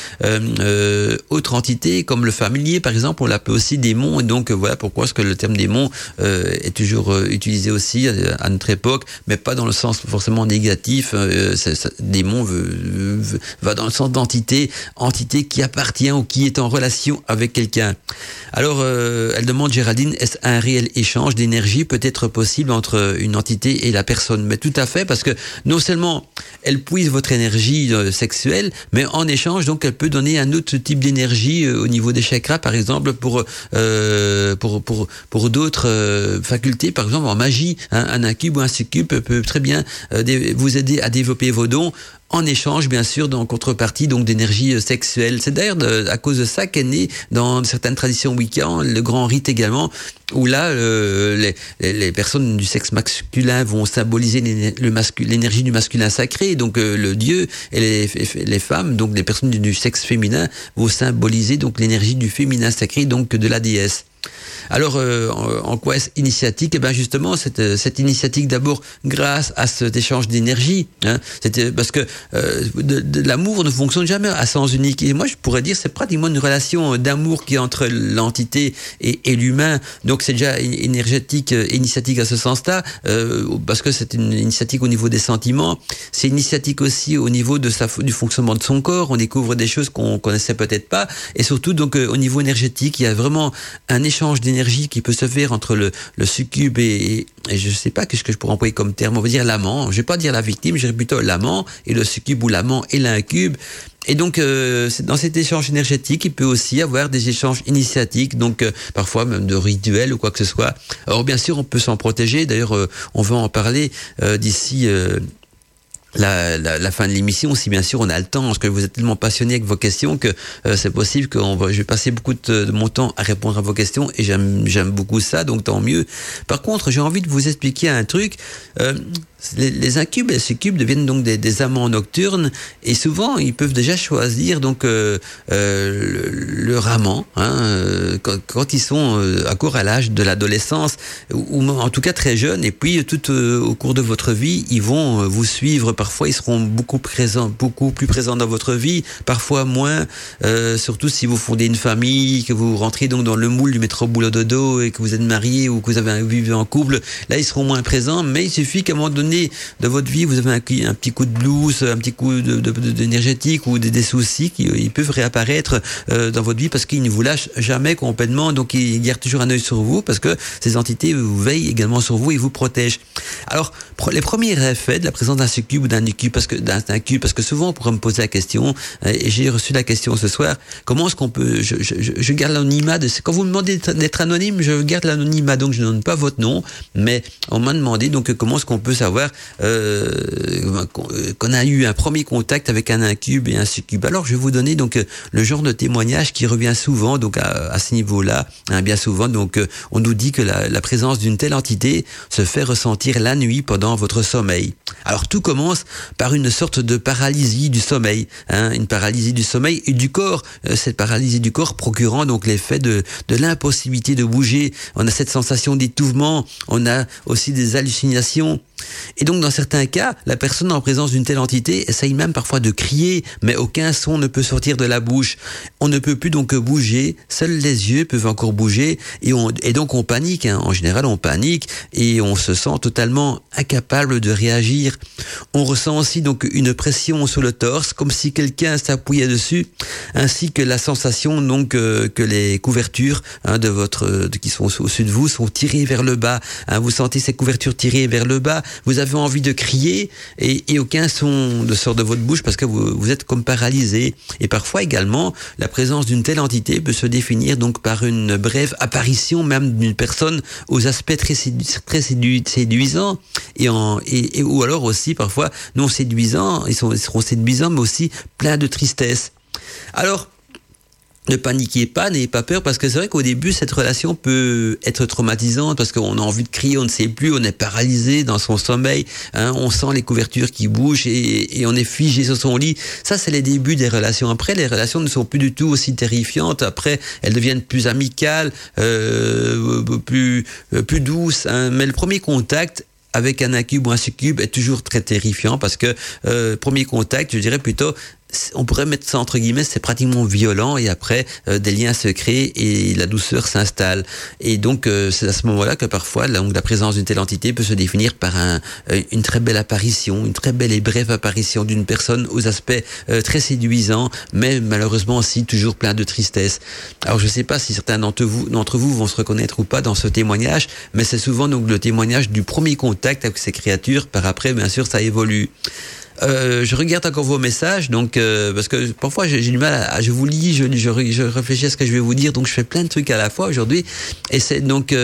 autre entité, comme le familier par exemple, on l'appelle aussi démon. Et donc voilà pourquoi est-ce que le terme démon est toujours utilisé aussi à notre époque, mais pas dans le sens forcément négatif. Démon va dans le sens d'entité qui appartient ou qui est en relation avec quelqu'un. Alors elle demande, Géraldine, est-ce un réel échange d'énergie peut être possible entre une entité et la personne? Mais tout à fait, parce que non seulement elle puise votre énergie sexuelle, mais en échange donc elle peut donner un autre type d'énergie au niveau des chakras par exemple, pour d'autres facultés, par exemple en magie, hein, un incube ou un succube peut très bien vous aider à développer vos dons, en échange, bien sûr, en contrepartie donc d'énergie sexuelle. C'est d'ailleurs à cause de ça qu'est né dans certaines traditions wiccan le grand rite également, où là les personnes du sexe masculin vont symboliser l'énergie du masculin sacré, donc le dieu, et les femmes, donc les personnes du sexe féminin, vont symboliser donc l'énergie du féminin sacré, donc de la déesse. Alors, en quoi est-ce initiatique? Eh ben justement, cette initiatique d'abord grâce à cet échange d'énergie. Hein, c'était parce que de l'amour ne fonctionne jamais à sens unique. Et moi, je pourrais dire, c'est pratiquement une relation d'amour qui est entre l'entité et l'humain. Donc, c'est déjà énergétique, initiatique à ce sens-là, parce que c'est une initiatique au niveau des sentiments. C'est initiatique aussi au niveau du fonctionnement de son corps. On découvre des choses qu'on connaissait peut-être pas. Et surtout, donc, au niveau énergétique, il y a vraiment un échange d'énergie qui peut se faire entre le succube et je sais pas qu'est-ce que je pourrais employer comme terme, on va dire l'amant. Je vais pas dire la victime, je dirais plutôt l'amant, et le succube ou l'amant et l'incube. Et donc, dans cet échange énergétique, il peut aussi avoir des échanges initiatiques, donc parfois même de rituels ou quoi que ce soit. Alors bien sûr, on peut s'en protéger. D'ailleurs, on va en parler d'ici la fin de l'émission, si bien sûr on a le temps, parce que vous êtes tellement passionné avec vos questions que c'est possible que je vais passer beaucoup de mon temps à répondre à vos questions, et j'aime beaucoup ça, donc tant mieux. Par contre, j'ai envie de vous expliquer un truc. Les incubes et les succubes deviennent donc des amants nocturnes, et souvent ils peuvent déjà choisir donc leur amant, hein, quand ils sont encore à l'âge de l'adolescence, ou en tout cas très jeunes, et puis tout au cours de votre vie, ils vont vous suivre. Parfois ils seront beaucoup plus présents dans votre vie, parfois moins, surtout si vous fondez une famille, que vous rentrez donc dans le moule du métro boulot dodo et que vous êtes marié ou que vous avez vivez en couple. Là ils seront moins présents, mais il suffit qu'à un moment donné donné de votre vie, vous avez un petit coup de blues, un petit coup d'énergétique ou des soucis qui ils peuvent réapparaître dans votre vie parce qu'ils ne vous lâchent jamais complètement, donc ils gardent toujours un œil sur vous parce que ces entités vous veillent également sur vous et vous protègent. Alors, les premiers effets de la présence d'un succube ou d'un incube, parce que souvent on pourrait me poser la question, et j'ai reçu la question ce soir, comment est-ce qu'on peut, je garde l'anonymat quand vous me demandez d'être anonyme, je garde l'anonymat, donc je ne donne pas votre nom, mais on m'a demandé donc comment est-ce qu'on peut savoir qu'on a eu un premier contact avec un incube et un succube. Alors je vais vous donner donc le genre de témoignage qui revient souvent donc à ce niveau-là, bien souvent. Donc on nous dit que la présence d'une telle entité se fait ressentir la nuit pendant votre sommeil. Alors tout commence par une sorte de paralysie du sommeil, une paralysie du sommeil et du corps. Cette paralysie du corps procurant donc l'effet de l'impossibilité de bouger. On a cette sensation d'étouffement, on a aussi des hallucinations. Et donc dans certains cas, la personne en présence d'une telle entité essaye même parfois de crier, mais aucun son ne peut sortir de la bouche. On ne peut plus donc bouger, seuls les yeux peuvent encore bouger, et donc on panique, en général on panique, et on se sent totalement incapable de réagir. On ressent aussi donc une pression sur le torse, comme si quelqu'un s'appuyait dessus, ainsi que la sensation donc que les couvertures qui sont au-dessus de vous sont tirées vers le bas. Vous sentez ces couvertures tirées vers le bas. Vous avez envie de crier et aucun son ne sort de votre bouche parce que vous êtes comme paralysé. Et parfois également, la présence d'une telle entité peut se définir donc par une brève apparition même d'une personne aux aspects très séduisants ou alors aussi parfois non séduisants. Ils seront séduisants mais aussi pleins de tristesse. Alors, ne paniquez pas, n'ayez pas peur, parce que c'est vrai qu'au début, cette relation peut être traumatisante, parce qu'on a envie de crier, on ne sait plus, on est paralysé dans son sommeil, on sent les couvertures qui bougent et on est figé sur son lit. Ça, c'est les débuts des relations. Après, les relations ne sont plus du tout aussi terrifiantes. Après, elles deviennent plus amicales, plus douces. Mais le premier contact avec un incube ou un succube est toujours très terrifiant, parce que premier contact, je dirais plutôt, on pourrait mettre ça entre guillemets, c'est pratiquement violent, et après des liens se créent et la douceur s'installe. Et donc c'est à ce moment-là que parfois la présence d'une telle entité peut se définir par une très belle apparition, une très belle et brève apparition d'une personne aux aspects très séduisants, mais malheureusement aussi toujours plein de tristesse. Alors je ne sais pas si certains d'entre vous vont se reconnaître ou pas dans ce témoignage, mais c'est souvent donc le témoignage du premier contact avec ces créatures. Par après, bien sûr, ça évolue. Je regarde encore vos messages, donc parce que parfois j'ai du mal je vous lis, je réfléchis à ce que je vais vous dire, donc je fais plein de trucs à la fois aujourd'hui. Et c'est donc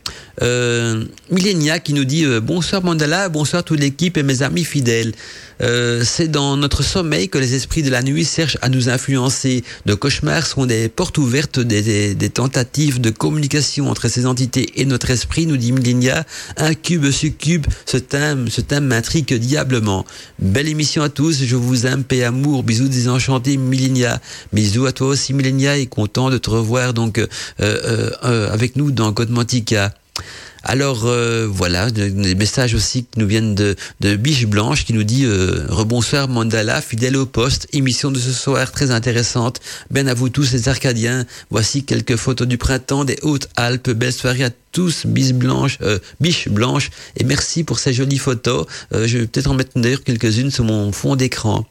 Millenia qui nous dit bonsoir Mandala, bonsoir toute l'équipe et mes amis fidèles. C'est dans notre sommeil que les esprits de la nuit cherchent à nous influencer. De cauchemars sont des portes ouvertes, des tentatives de communication entre ces entités et notre esprit, nous dit Millenia. Incube, succube, ce thème m'intrigue diablement. Belle émission à tous, je vous aime, paix, amour, bisous désenchantés, Millenia. Bisous à toi aussi, Millenia, et content de te revoir donc avec nous dans Godmantica. Alors voilà, des messages aussi qui nous viennent de Biche Blanche qui nous dit rebonsoir Mandala, fidèle au poste, émission de ce soir très intéressante. Ben à vous tous les Arcadiens, voici quelques photos du printemps des Hautes-Alpes. Belle soirée à tous, Biche Blanche, et merci pour ces jolies photos. Je vais peut-être en mettre d'ailleurs quelques-unes sur mon fond d'écran.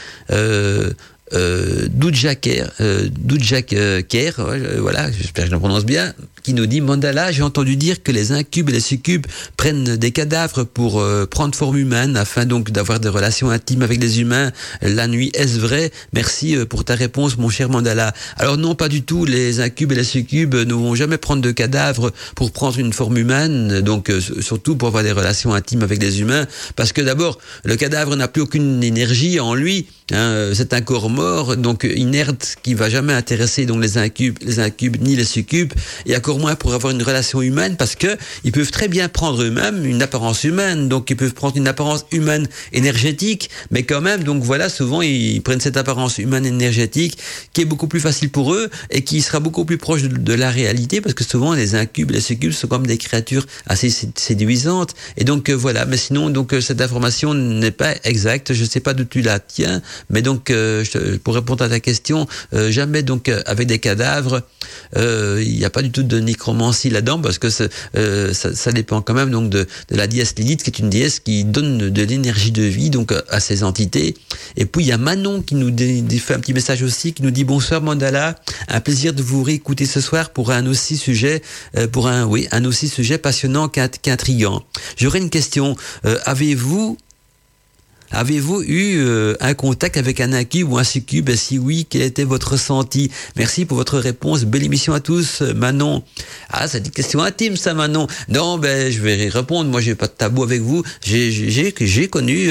Doudjak Kerr, voilà, j'espère que je le prononce bien, qui nous dit Mandala, j'ai entendu dire que les incubes et les succubes prennent des cadavres pour prendre forme humaine afin donc d'avoir des relations intimes avec les humains la nuit. Est-ce vrai? Merci pour ta réponse, mon cher Mandala. Alors non, pas du tout. Les incubes et les succubes ne vont jamais prendre de cadavres pour prendre une forme humaine, donc surtout pour avoir des relations intimes avec les humains, parce que d'abord le cadavre n'a plus aucune énergie en lui. C'est un corps mort, donc inerte, qui va jamais intéresser donc les incubes ni les succubes, et encore moins pour avoir une relation humaine, parce que ils peuvent très bien prendre eux-mêmes une apparence humaine, donc ils peuvent prendre une apparence humaine énergétique, mais quand même, donc voilà, souvent ils prennent cette apparence humaine énergétique qui est beaucoup plus facile pour eux et qui sera beaucoup plus proche de la réalité, parce que souvent les incubes, les succubes sont comme des créatures assez séduisantes, et donc voilà. Mais sinon, donc cette information n'est pas exacte, je sais pas d'où tu la tiens. Mais donc, pour répondre à ta question, jamais donc avec des cadavres, il n'y a pas du tout de nécromancie là-dedans, parce que ça dépend quand même donc de la déesse Lilith, qui est une déesse qui donne de l'énergie de vie donc à ces entités. Et puis il y a Manon qui nous fait un petit message aussi, qui nous dit: bonsoir Mandala, un plaisir de vous réécouter ce soir pour un aussi sujet passionnant qu'intriguant. J'aurais une question. Avez-vous eu un contact avec un incube ou un succube? Et si oui, quel était votre ressenti? Merci pour votre réponse. Belle émission à tous, Manon. Ah, c'est une question intime, ça, Manon. Non, je vais y répondre. Moi, j'ai pas de tabou avec vous. J'ai connu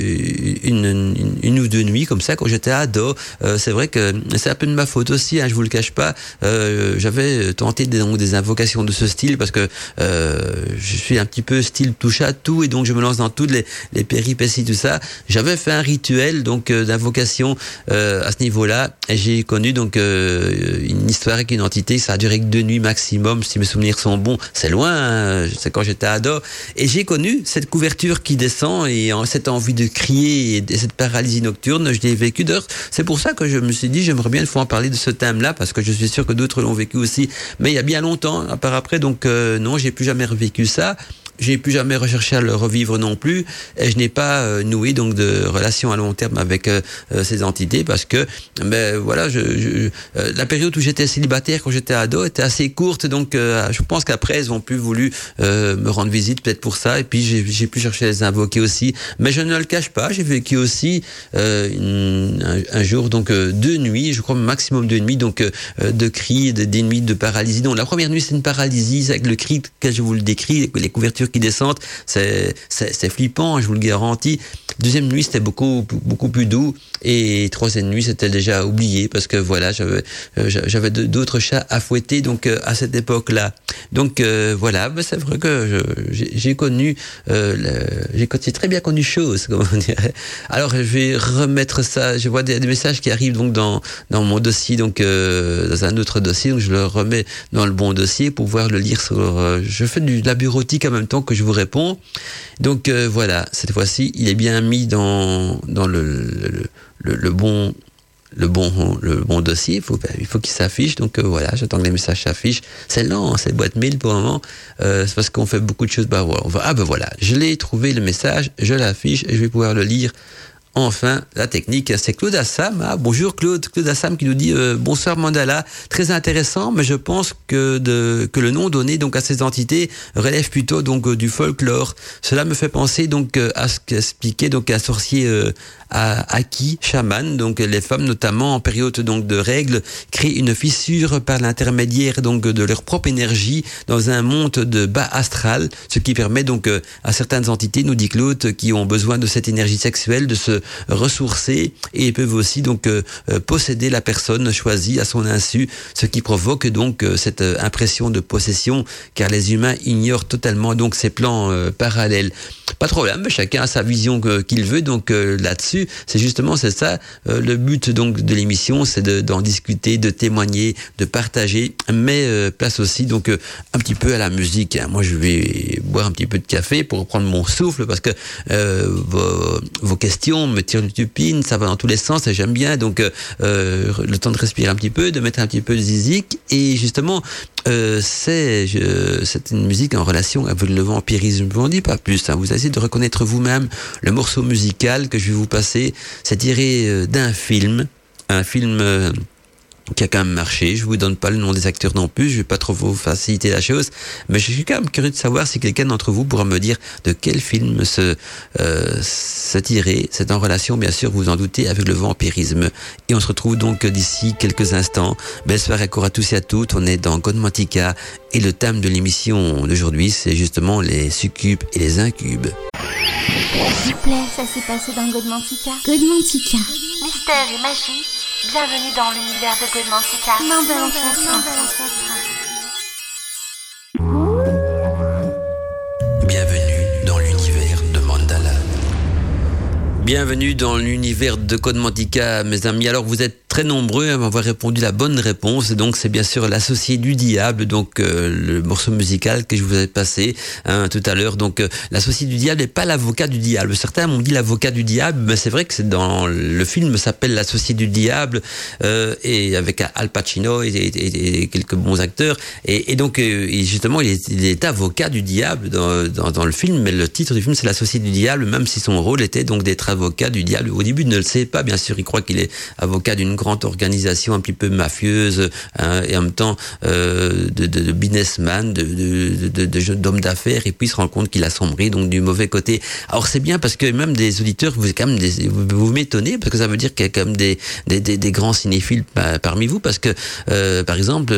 une ou deux nuits comme ça quand j'étais ado. C'est vrai que c'est un peu de ma faute aussi, je vous le cache pas. J'avais tenté des invocations de ce style parce que je suis un petit peu style touche à tout, et donc je me lance dans toutes les péripéties, tout ça. J'avais fait un rituel donc d'invocation à ce niveau-là, et j'ai connu donc une histoire avec une entité. Ça a duré que 2 nuits maximum, si mes souvenirs sont bons. C'est loin, c'est quand j'étais ado, et j'ai connu cette couverture qui descend et cette envie de crier et cette paralysie nocturne. Je l'ai vécu. D'ailleurs, c'est pour ça que je me suis dit j'aimerais bien une fois en parler de ce thème-là, parce que je suis sûr que d'autres l'ont vécu aussi, mais il y a bien longtemps par après. Donc non, j'ai plus jamais revécu ça. J'ai plus jamais recherché à le revivre non plus, et je n'ai pas noué donc de relation à long terme avec ces entités, parce que voilà, la période où j'étais célibataire quand j'étais ado était assez courte, donc je pense qu'après ils ont plus voulu me rendre visite, peut-être pour ça, et puis j'ai pu chercher à les invoquer aussi. Mais je ne le cache pas, j'ai vécu aussi un jour donc 2 nuits, je crois maximum 2 nuits, donc de cris, des nuits de paralysie. Donc la première nuit c'est une paralysie avec le cri que je vous le décris, les couvertures qui descendent, c'est flippant, je vous le garantis. Deuxième nuit, c'était beaucoup plus doux, et troisième nuit, c'était déjà oublié, parce que voilà, j'avais d'autres chats à fouetter donc à cette époque-là. Donc voilà, c'est vrai que j'ai connu, j'ai très bien connu chose, comme on dirait. Alors je vais remettre ça. Je vois des messages qui arrivent donc dans mon dossier, donc dans un autre dossier, donc je le remets dans le bon dossier pour pouvoir le lire je fais de la bureautique en même temps que je vous réponds. Donc voilà, cette fois-ci, il est bien mis dans le bon dossier. Il faut qu'il s'affiche. Donc voilà, j'attends que les messages s'affichent. C'est lent, c'est boîte mail pour le moment. C'est parce qu'on fait beaucoup de choses. Voilà, je l'ai trouvé, le message, je l'affiche et je vais pouvoir le lire. Enfin, la technique, c'est Claude Assam. Bonjour Claude Assam qui nous dit bonsoir Mandala, très intéressant, mais je pense que le nom donné donc à ces entités relève plutôt donc du folklore. Cela me fait penser donc à ce qu'expliquait donc un sorcier Aki, chaman. Donc les femmes, notamment en période donc de règles, créent une fissure par l'intermédiaire donc de leur propre énergie dans un monde de bas astral, ce qui permet donc à certaines entités, nous dit Claude, qui ont besoin de cette énergie sexuelle, de se ressourcer, et peuvent aussi donc posséder la personne choisie à son insu, ce qui provoque donc cette impression de possession, car les humains ignorent totalement donc ces plans parallèles. Pas de problème, chacun a sa vision qu'il veut, donc là-dessus, c'est ça le but donc de l'émission, c'est d'en discuter, de témoigner, de partager, mais place aussi donc un petit peu à la musique. Moi je vais boire un petit peu de café pour reprendre mon souffle, parce que vos questions me tirent du tupine, ça va dans tous les sens et j'aime bien, donc le temps de respirer un petit peu, de mettre un petit peu de zizik, et justement c'est une musique en relation avec le vampirisme. Je vous en dis pas plus, vous essayez de reconnaître vous-même le morceau musical que je vais vous passer. C'est tiré d'un film, qui a quand même marché. Je vous donne pas le nom des acteurs non plus, je vais pas trop vous faciliter la chose, mais je suis quand même curieux de savoir si quelqu'un d'entre vous pourra me dire de quel film c'est tiré. C'est en relation, bien sûr, vous en doutez, avec le vampirisme. Et on se retrouve donc d'ici quelques instants. Belle soirée à tous et à toutes. On est dans Godmantica, et le thème de l'émission d'aujourd'hui, c'est justement les succubes et les incubes. S'il vous plaît, ça s'est passé dans Godmantica. Godmantica. Mystère et magie, bienvenue dans l'univers de Godmantica. Bienvenue dans l'univers de Mandala. Bienvenue dans l'univers de Godmantica, mes amis. Alors vous êtes très nombreux à m'avoir répondu la bonne réponse. Et donc, c'est bien sûr l'associé du diable, donc le morceau musical que je vous ai passé tout à l'heure. Donc, l'associé du diable n'est pas l'avocat du diable. Certains m'ont dit l'avocat du diable, mais c'est vrai que c'est dans le film s'appelle l'associé du diable et avec Al Pacino et quelques bons acteurs. Et donc, justement, il est avocat du diable dans le film, mais le titre du film c'est l'associé du diable, même si son rôle était donc d'être avocat du diable. Au début, il ne le sait pas, bien sûr, il croit qu'il est avocat d'une grande organisation un petit peu mafieuse et en même temps de businessman, d'homme d'affaires, et puis il se rend compte qu'il a sombré donc du mauvais côté. Alors c'est bien parce que même des auditeurs, vous m'étonnez parce que ça veut dire qu'il y a quand même des grands cinéphiles parmi vous, parce que par exemple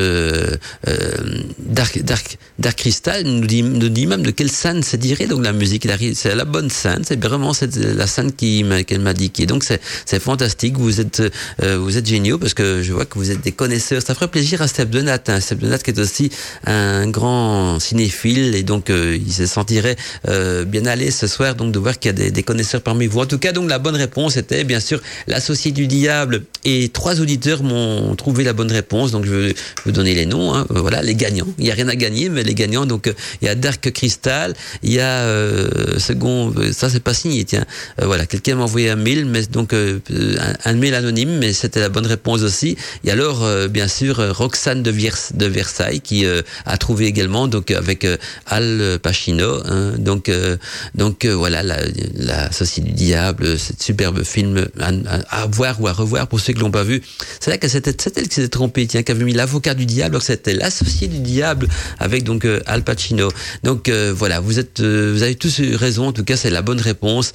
Dark Crystal nous dit même de quelle scène c'est tiré, donc la musique, c'est la bonne scène, c'est vraiment la scène qu'elle m'a dit. Donc c'est fantastique, vous êtes géniaux parce que je vois que vous êtes des connaisseurs. Ça ferait plaisir à Steph Donat, Steph Donat qui est aussi un grand cinéphile, et donc il se sentirait bien allé ce soir donc de voir qu'il y a des connaisseurs parmi vous. En tout cas, donc la bonne réponse était bien sûr l'associé du diable, et 3 auditeurs m'ont trouvé la bonne réponse, donc je vais vous donner les noms, voilà, les gagnants. Il n'y a rien à gagner, mais les gagnants, donc il y a Dark Crystal, il y a second, ça c'est pas signé, tiens, voilà, quelqu'un m'a envoyé un mail, mais donc un mail anonyme, mais c'était la bonne réponse aussi. Et alors bien sûr Roxane de Versailles qui a trouvé également, donc avec Al Pacino, donc voilà, la Société du Diable, ce superbe film à voir ou à revoir pour ceux qui l'ont pas vu. C'est là que c'était elle qui s'était trompée, tiens, qui avait mis l'avocat du diable, alors c'était l'associé du diable avec donc Al Pacino. Donc voilà, vous avez tous eu raison, en tout cas c'est la bonne réponse.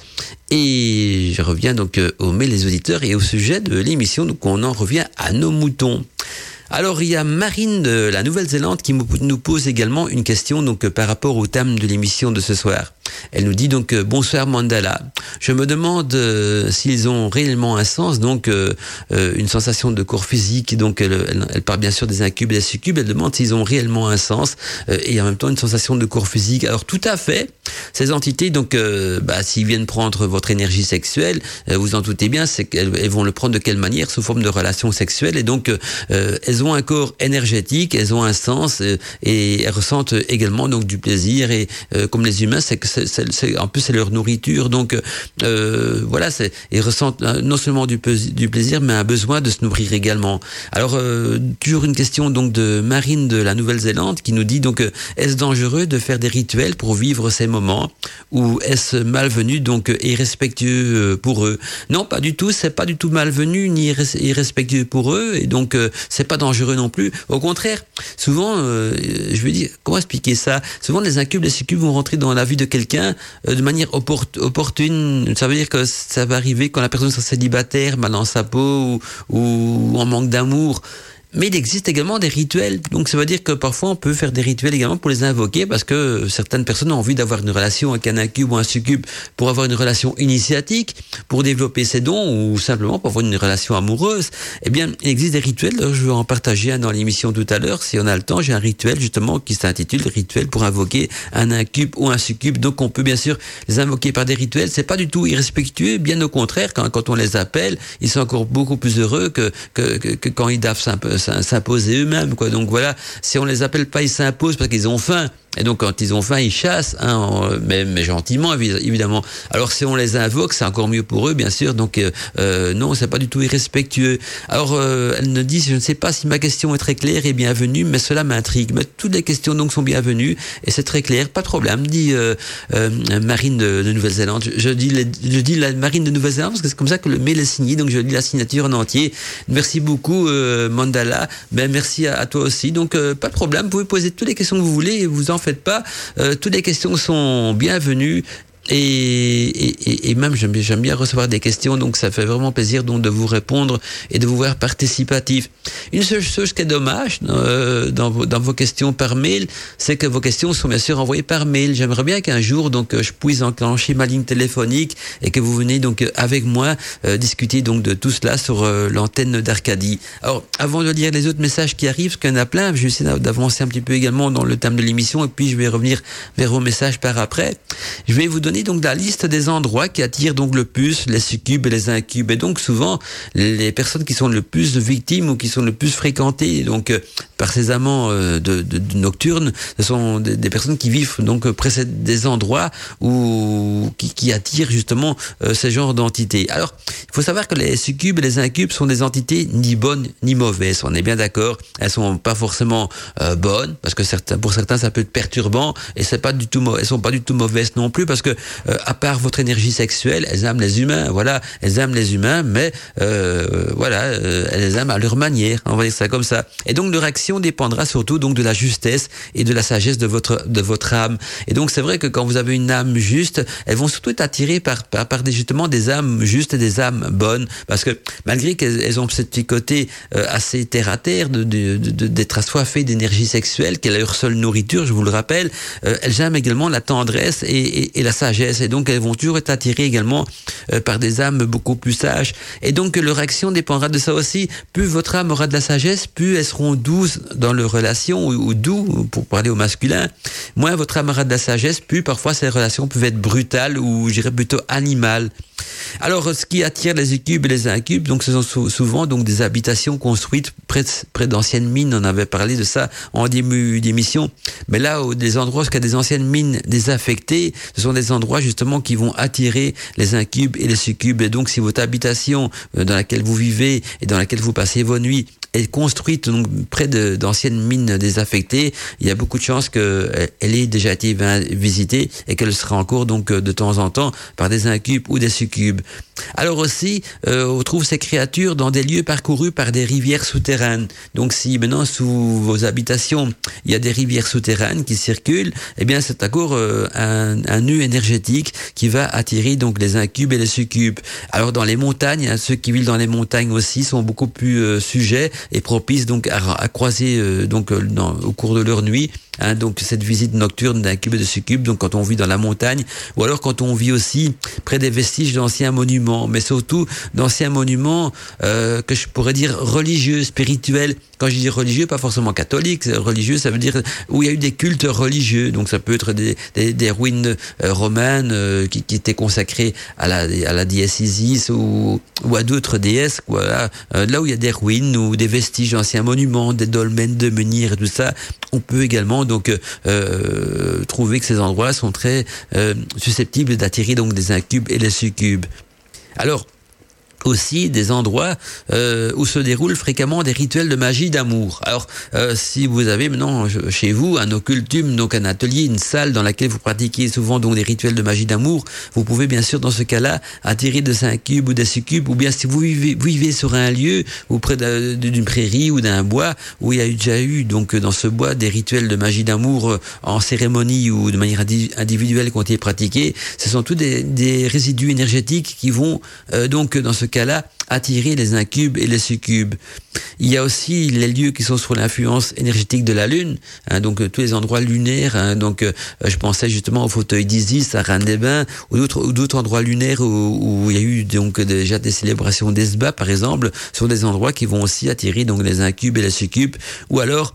Et je reviens donc aux mails des auditeurs et au sujet de l'émission, donc on en revient à nos moutons. Alors il y a Marine de la Nouvelle-Zélande qui nous pose également une question donc par rapport au thème de l'émission de ce soir. Elle nous dit donc bonsoir Mandala. Je me demande s'ils ont réellement un sens, donc une sensation de corps physique, donc elle parle bien sûr des incubes et des succubes, elle demande s'ils ont réellement un sens et en même temps une sensation de corps physique. Alors tout à fait, ces entités donc s'ils viennent prendre votre énergie sexuelle, vous en doutez bien, c'est qu'elles vont le prendre de quelle manière, sous forme de relations sexuelles, et donc elles ont un corps énergétique, elles ont un sens et elles ressentent également donc du plaisir, et comme les humains, en plus c'est leur nourriture, donc voilà, ils ressentent non seulement du plaisir, mais un besoin de se nourrir également. Alors toujours une question donc de Marine de la Nouvelle-Zélande qui nous dit donc est-ce dangereux de faire des rituels pour vivre ces moments, ou est-ce malvenu donc irrespectueux pour eux? Non, pas du tout, c'est pas du tout malvenu ni irrespectueux pour eux, et donc c'est pas dangereux non plus. Au contraire, souvent je vais dire, comment expliquer ça, souvent les incubes, les succubes vont rentrer dans la vie de quelqu'un de manière opportune. Ça veut dire que ça va arriver quand la personne sera célibataire, mal dans sa peau ou en manque d'amour. Mais il existe également des rituels. Donc ça veut dire que parfois on peut faire des rituels également pour les invoquer, parce que certaines personnes ont envie d'avoir une relation avec un incube ou un succube pour avoir une relation initiatique, pour développer ses dons, ou simplement pour avoir une relation amoureuse. Eh bien, il existe des rituels. Je vais en partager un dans l'émission tout à l'heure. Si on a le temps, j'ai un rituel justement qui s'intitule rituel pour invoquer un incube ou un succube. Donc on peut bien sûr les invoquer par des rituels. C'est pas du tout irrespectueux. Bien au contraire, quand on les appelle, ils sont encore beaucoup plus heureux que quand ils doivent s'imposer eux-mêmes, quoi. Donc voilà, si on les appelle pas, ils s'imposent parce qu'ils ont faim. Et donc quand ils ont faim, ils chassent, mais gentiment évidemment. Alors si on les invoque, c'est encore mieux pour eux, bien sûr. Donc non, c'est pas du tout irrespectueux. Alors elle nous dit, je ne sais pas si ma question est très claire et bienvenue, mais cela m'intrigue. Mais toutes les questions donc sont bienvenues et c'est très clair, pas de problème. Dit Marine de Nouvelle-Zélande. Je dis la Marine de Nouvelle-Zélande parce que c'est comme ça que le mail est signé. Donc je lis la signature en entier. Merci beaucoup Mandala. Ben merci à toi aussi. Donc pas de problème. Vous pouvez poser toutes les questions que vous voulez et vous en faites pas, toutes les questions sont bienvenues. Et même j'aime bien recevoir des questions, donc ça fait vraiment plaisir donc de vous répondre et de vous voir participatif. Une seule chose qui est dommage dans vos questions par mail, c'est que vos questions sont bien sûr envoyées par mail. J'aimerais bien qu'un jour donc je puisse enclencher ma ligne téléphonique et que vous venez donc avec moi discuter donc de tout cela sur l'antenne d'Arcadie. Alors avant de lire les autres messages qui arrivent, parce qu'il y en a plein, je vais essayer d'avancer un petit peu également dans le thème de l'émission et puis je vais revenir vers vos messages par après. Je vais vous donner parler donc de la liste des endroits qui attirent donc le plus les succubes et les incubes. Et donc souvent, les personnes qui sont le plus victimes ou qui sont le plus fréquentées donc par ces amants de nocturnes, ce sont des personnes qui vivent donc près des endroits où qui attirent justement ce genre d'entités. Alors, il faut savoir que les succubes et les incubes sont des entités ni bonnes ni mauvaises. On est bien d'accord. Elles sont pas forcément bonnes parce que pour certains ça peut être perturbant, et elles sont pas du tout mauvaises non plus parce que à part votre énergie sexuelle, elles aiment les humains. Voilà, elles aiment les humains, mais elles les aiment à leur manière. On va dire ça comme ça. Et donc leur action dépendra surtout donc de la justesse et de la sagesse de votre âme. Et donc c'est vrai que quand vous avez une âme juste, elles vont surtout être attirées par justement des âmes justes et des âmes bonnes, parce que malgré qu'elles ont ce petit côté assez terre à terre d'être assoiffées d'énergie sexuelle, qui est leur seule nourriture, je vous le rappelle, elles aiment également la tendresse et la sagesse, et donc elles vont toujours être attirées également par des âmes beaucoup plus sages. Et donc leur action dépendra de ça aussi. Plus votre âme aura de la sagesse, plus elles seront douces dans leurs relations, ou doux pour parler au masculin. Moins votre âme aura de la sagesse, plus parfois ces relations peuvent être brutales ou je dirais plutôt animales. Alors, ce qui attire les succubes et les incubes, donc ce sont souvent donc des habitations construites près d'anciennes mines. On avait parlé de ça en début d'émission. Mais là, des endroits où il y a des anciennes mines désaffectées, ce sont des endroits justement qui vont attirer les incubes et les succubes. Et donc, si votre habitation dans laquelle vous vivez et dans laquelle vous passez vos nuits est construite donc près d'anciennes mines désaffectées, il y a beaucoup de chances qu'elle ait déjà été visitée et qu'elle sera en cours donc de temps en temps par des incubes ou des succubes. Alors aussi, on trouve ces créatures dans des lieux parcourus par des rivières souterraines. Donc si maintenant sous vos habitations il y a des rivières souterraines qui circulent, eh bien c'est encore un nœud énergétique qui va attirer donc les incubes et les succubes. Alors dans les montagnes, ceux qui vivent dans les montagnes aussi sont beaucoup plus sujets et propices donc à croiser au cours de leur nuit donc cette visite nocturne d'incubes et de succubes, donc quand on vit dans la montagne, ou alors quand on vit aussi près des vestiges d'anciens monuments, mais surtout d'anciens monuments que je pourrais dire religieux, spirituels. Quand je dis religieux, pas forcément catholique, religieux, ça veut dire où il y a eu des cultes religieux. Donc ça peut être des ruines romaines qui étaient consacrées à la déesse Isis ou à d'autres déesses. Voilà. Là où il y a des ruines ou des vestiges d'anciens monuments, des dolmens de menhirs et tout ça, on peut également donc trouver que ces endroits sont très susceptibles d'attirer donc des incubes et des succubes. Alors, aussi des endroits où se déroulent fréquemment des rituels de magie d'amour. Alors, si vous avez maintenant chez vous un occultum, donc un atelier, une salle dans laquelle vous pratiquez souvent donc des rituels de magie d'amour, vous pouvez bien sûr dans ce cas-là attirer des incubes ou des succubes, ou bien si vous vivez sur un lieu ou près d'une prairie ou d'un bois où il y a déjà eu donc dans ce bois des rituels de magie d'amour en cérémonie ou de manière individuelle qui ont été pratiqués, ce sont tous des résidus énergétiques qui vont donc dans ce cas-là attirer les incubes et les succubes. Il y a aussi les lieux qui sont sous l'influence énergétique de la Lune, donc tous les endroits lunaires. Je pensais justement au fauteuil d'Isis à Rennes-des-Bains ou d'autres endroits lunaires où il y a eu donc déjà des célébrations d'Esba par exemple, sont des endroits qui vont aussi attirer donc les incubes et les succubes. Ou alors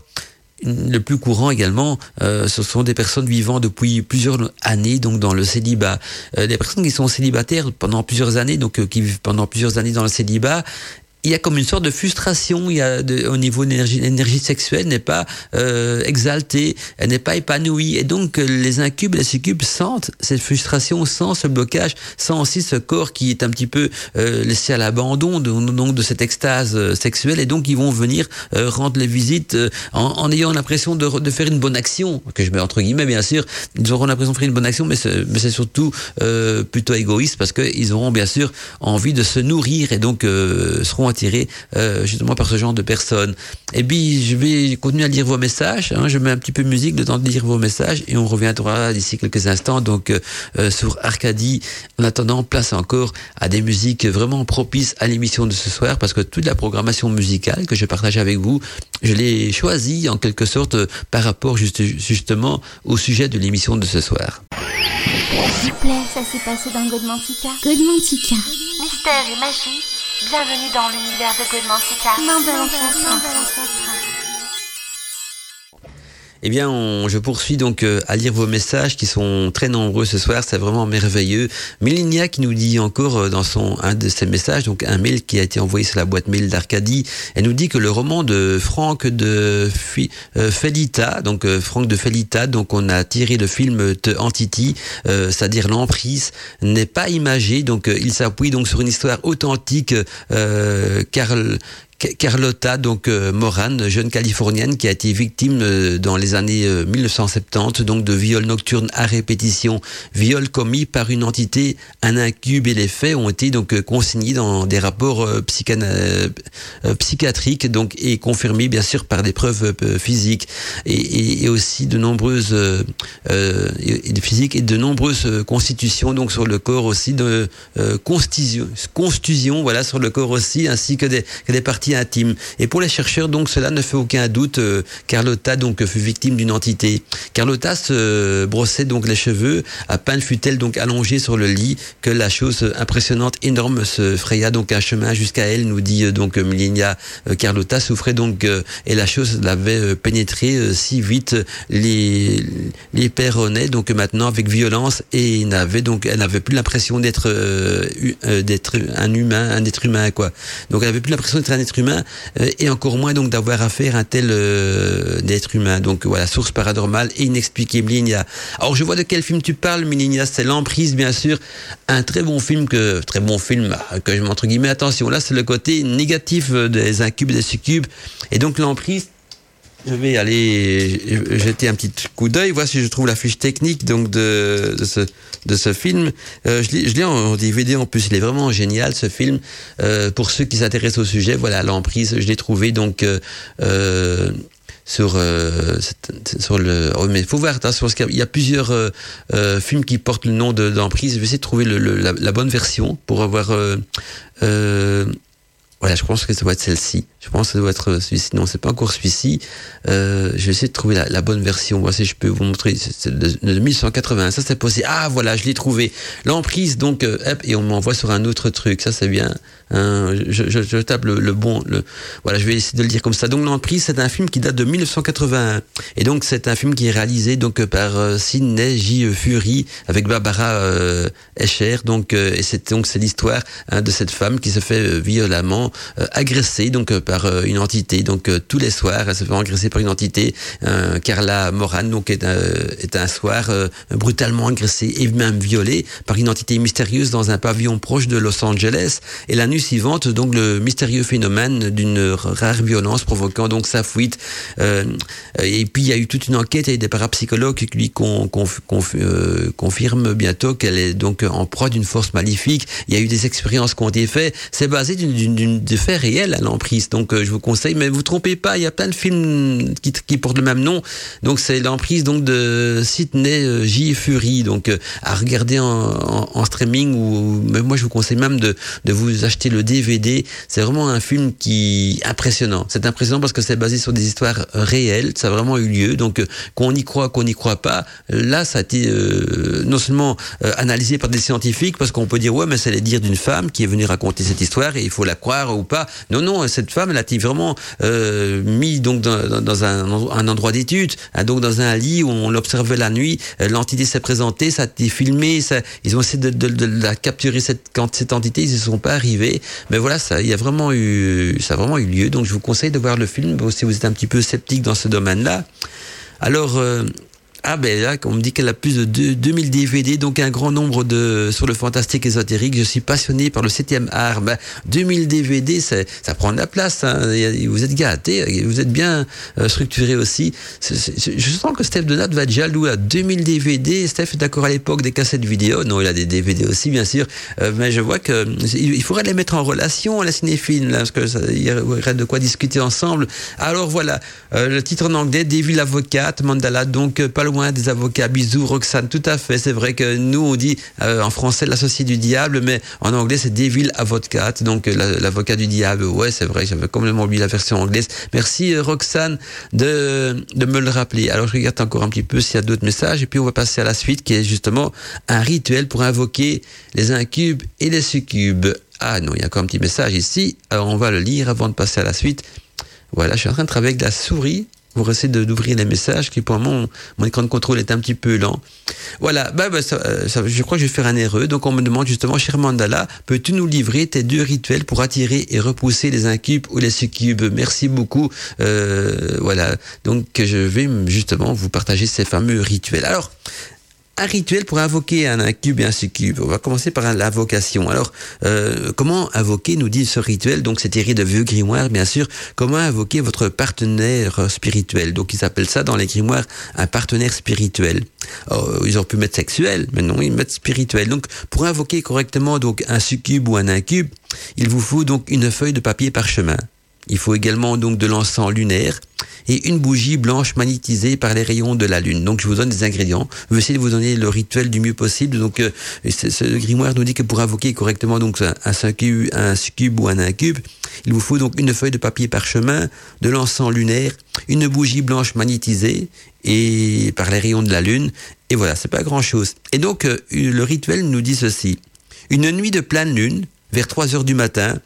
le plus courant également, ce sont des personnes vivant depuis plusieurs années donc dans le célibat. Des personnes qui sont célibataires pendant plusieurs années, donc qui vivent pendant plusieurs années dans le célibat, il y a comme une sorte de frustration, au niveau de l'énergie sexuelle n'est pas exaltée, elle n'est pas épanouie, et donc les incubes et les succubes sentent cette frustration, sentent ce blocage, sentent aussi ce corps qui est un petit peu laissé à l'abandon donc de cette extase sexuelle, et donc ils vont venir rendre les visites en ayant l'impression de faire une bonne action, que je mets entre guillemets bien sûr, ils auront l'impression de faire une bonne action, mais c'est surtout plutôt égoïste, parce qu'ils auront bien sûr envie de se nourrir, et donc seront attirés justement par ce genre de personnes. Et puis je vais continuer à lire vos messages, je mets un petit peu de musique, le temps de lire vos messages, et on reviendra d'ici quelques instants donc sur Arcadie. En attendant, place encore à des musiques vraiment propices à l'émission de ce soir, parce que toute la programmation musicale que je partage avec vous, je l'ai choisie en quelque sorte par rapport justement au sujet de l'émission de ce soir. S'il vous plaît, ça s'est passé dans Godmantica. Godmantica. Mystère et magie, bienvenue dans l'univers de Godmantica. Eh bien, je poursuis donc à lire vos messages qui sont très nombreux ce soir. C'est vraiment merveilleux. Mélinia qui nous dit encore dans un de ses messages, donc un mail qui a été envoyé sur la boîte mail d'Arcadie. Elle nous dit que le roman de Franck de Fellita, donc Franck de Fellita, donc on a tiré le film The Entity, c'est-à-dire l'emprise, n'est pas imagé. Donc il s'appuie donc sur une histoire authentique. Carlotta, donc Moran, jeune californienne qui a été victime dans les années 1970 donc de viols nocturnes à répétition, viols commis par une entité, un incube, et les faits ont été donc consignés dans des rapports psychiatriques donc et confirmés bien sûr par des preuves physiques et aussi de nombreuses physiques et de nombreuses constitutions donc sur le corps aussi de contusions voilà sur le corps aussi ainsi que des parties intime. Et pour les chercheurs, donc, cela ne fait aucun doute. Carlotta, donc, fut victime d'une entité. Carlotta se brossait donc les cheveux. À peine fut-elle donc allongée sur le lit que la chose impressionnante, énorme, se fraya donc un chemin jusqu'à elle, nous dit donc Mélinia. Carlotta souffrait donc et la chose l'avait pénétré si vite les péronnets, donc maintenant avec violence, et elle n'avait plus l'impression d'être un humain, un être humain quoi. Donc elle avait plus l'impression d'être un être humain et encore moins donc d'avoir affaire à un tel d'être humain. Donc voilà, source paranormale et inexpliquée. Mélinia. Alors je vois de quel film tu parles, Mélinia. C'est L'Emprise, bien sûr, un très bon film que je mets entre guillemets. Attention, là c'est le côté négatif des incubes et des succubes. Et donc L'Emprise, je vais aller jeter un petit coup d'œil, voir si je trouve la fiche technique donc de ce film. Je l'ai en DVD en plus, il est vraiment génial ce film. Pour ceux qui s'intéressent au sujet, voilà, L'Emprise, je l'ai trouvé donc sur le. Oh, mais il faut voir attention parce qu'il y a plusieurs films qui portent le nom d'Emprise. Je vais essayer de trouver la bonne version pour avoir. Voilà, je pense que ça doit être celle-ci. Je pense que ça doit être celui-ci. Non, c'est pas encore celui-ci. Je vais essayer de trouver la bonne version. Moi, si je peux vous montrer, c'est de 1180. Ça, c'est possible. Ah, voilà, je l'ai trouvé. L'Emprise, donc, hop, et on m'envoie sur un autre truc. Ça, c'est bien. Je tape le bon. Voilà, je vais essayer de le dire comme ça. Donc, L'Emprise, c'est un film qui date de 1981. Et donc, c'est un film qui est réalisé donc par Sidney J. Furie avec Barbara Escher. Donc, et c'est l'histoire de cette femme qui se fait violemment agressée donc par une entité. Donc tous les soirs, elle se fait agresser par une entité. Carla Moran donc est un soir brutalement agressée et même violée par une entité mystérieuse dans un pavillon proche de Los Angeles. Et la nuit suivante, donc le mystérieux phénomène d'une rare violence provoquant donc sa fuite. Et puis il y a eu toute une enquête et des parapsychologues qui lui confirment bientôt qu'elle est donc en proie d'une force maléfique. Il y a eu des expériences qui ont été faites. C'est basé de faits réels à L'Emprise. Donc je vous conseille, mais vous trompez pas, il y a plein de films qui portent le même nom. Donc c'est L'Emprise donc de Sidney J. Furie. Donc à regarder en streaming ou mais moi je vous conseille même de vous acheter le DVD. C'est vraiment un film qui impressionnant. C'est impressionnant parce que c'est basé sur des histoires réelles. Ça a vraiment eu lieu. Donc qu'on y croit, qu'on n'y croit pas. Là ça a été non seulement analysé par des scientifiques parce qu'on peut dire ouais mais c'est les dires d'une femme qui est venue raconter cette histoire et il faut la croire ou pas. Non, cette femme, elle a été vraiment mise donc dans un endroit d'étude, hein, donc dans un lit où on l'observait la nuit. L'entité s'est présentée, ça a été filmé, ils ont essayé de la capturer cette entité, ils ne sont pas arrivés. Mais voilà, ça a vraiment eu lieu. Donc je vous conseille de voir le film si vous êtes un petit peu sceptique dans ce domaine-là. Alors. Ah ben là, on me dit qu'elle a plus de 2000 DVD, donc un grand nombre sur le fantastique ésotérique. Je suis passionné par le 7e art. Ben, 2000 DVD, ça prend de la place. Hein. Vous êtes gâtés, vous êtes bien structuré aussi. Je sens que Steph Donat va être jaloux à 2000 DVD. Steph est d'accord à l'époque des cassettes vidéo. Non, il a des DVD aussi, bien sûr. Mais je vois il faudrait les mettre en relation, la cinéphile, là, parce que il y aurait de quoi discuter ensemble. Alors voilà, le titre en anglais, Devil Avocate, Mandala, donc pas loin des avocats. Bisous Roxane, tout à fait. C'est vrai que nous on dit en français l'associé du diable, mais en anglais c'est Devil Advocate, donc l'avocat du diable. Ouais, c'est vrai, j'avais complètement oublié la version anglaise. Merci Roxane de me le rappeler. Alors je regarde encore un petit peu s'il y a d'autres messages et puis on va passer à la suite qui est justement un rituel pour invoquer les incubes et les succubes. Ah non, il y a encore un petit message ici. Alors on va le lire avant de passer à la suite. Voilà, je suis en train de travailler avec la souris. pour essayer d'ouvrir les messages, qui pour le moment, mon écran de contrôle est un petit peu lent. Voilà, je crois que je vais faire un heureux. Donc on me demande justement, cher Mandala, peux-tu nous livrer tes 2 rituels pour attirer et repousser les incubes ou les succubes? Merci beaucoup. Voilà, donc je vais justement vous partager ces fameux rituels. Alors, un rituel pour invoquer un incube et un succube. On va commencer par l'invocation. Alors, comment invoquer, nous dit ce rituel, donc c'est tiré de vieux grimoires, bien sûr. Comment invoquer votre partenaire spirituel? Donc, ils appellent ça dans les grimoires un partenaire spirituel. Ils auraient pu mettre sexuel, mais non, ils mettent spirituel. Donc, pour invoquer correctement donc un succube ou un incube, il vous faut donc une feuille de papier parchemin. Il faut également donc de l'encens lunaire et une bougie blanche magnétisée par les rayons de la lune. Donc je vous donne des ingrédients. Je vais essayer de vous donner le rituel du mieux possible. Donc ce grimoire nous dit que pour invoquer correctement donc un succube ou un incube, il vous faut donc une feuille de papier parchemin, de l'encens lunaire, une bougie blanche magnétisée et par les rayons de la lune. Et voilà, c'est pas grand chose. Et donc le rituel nous dit ceci: une nuit de pleine lune, vers 3 heures du matin,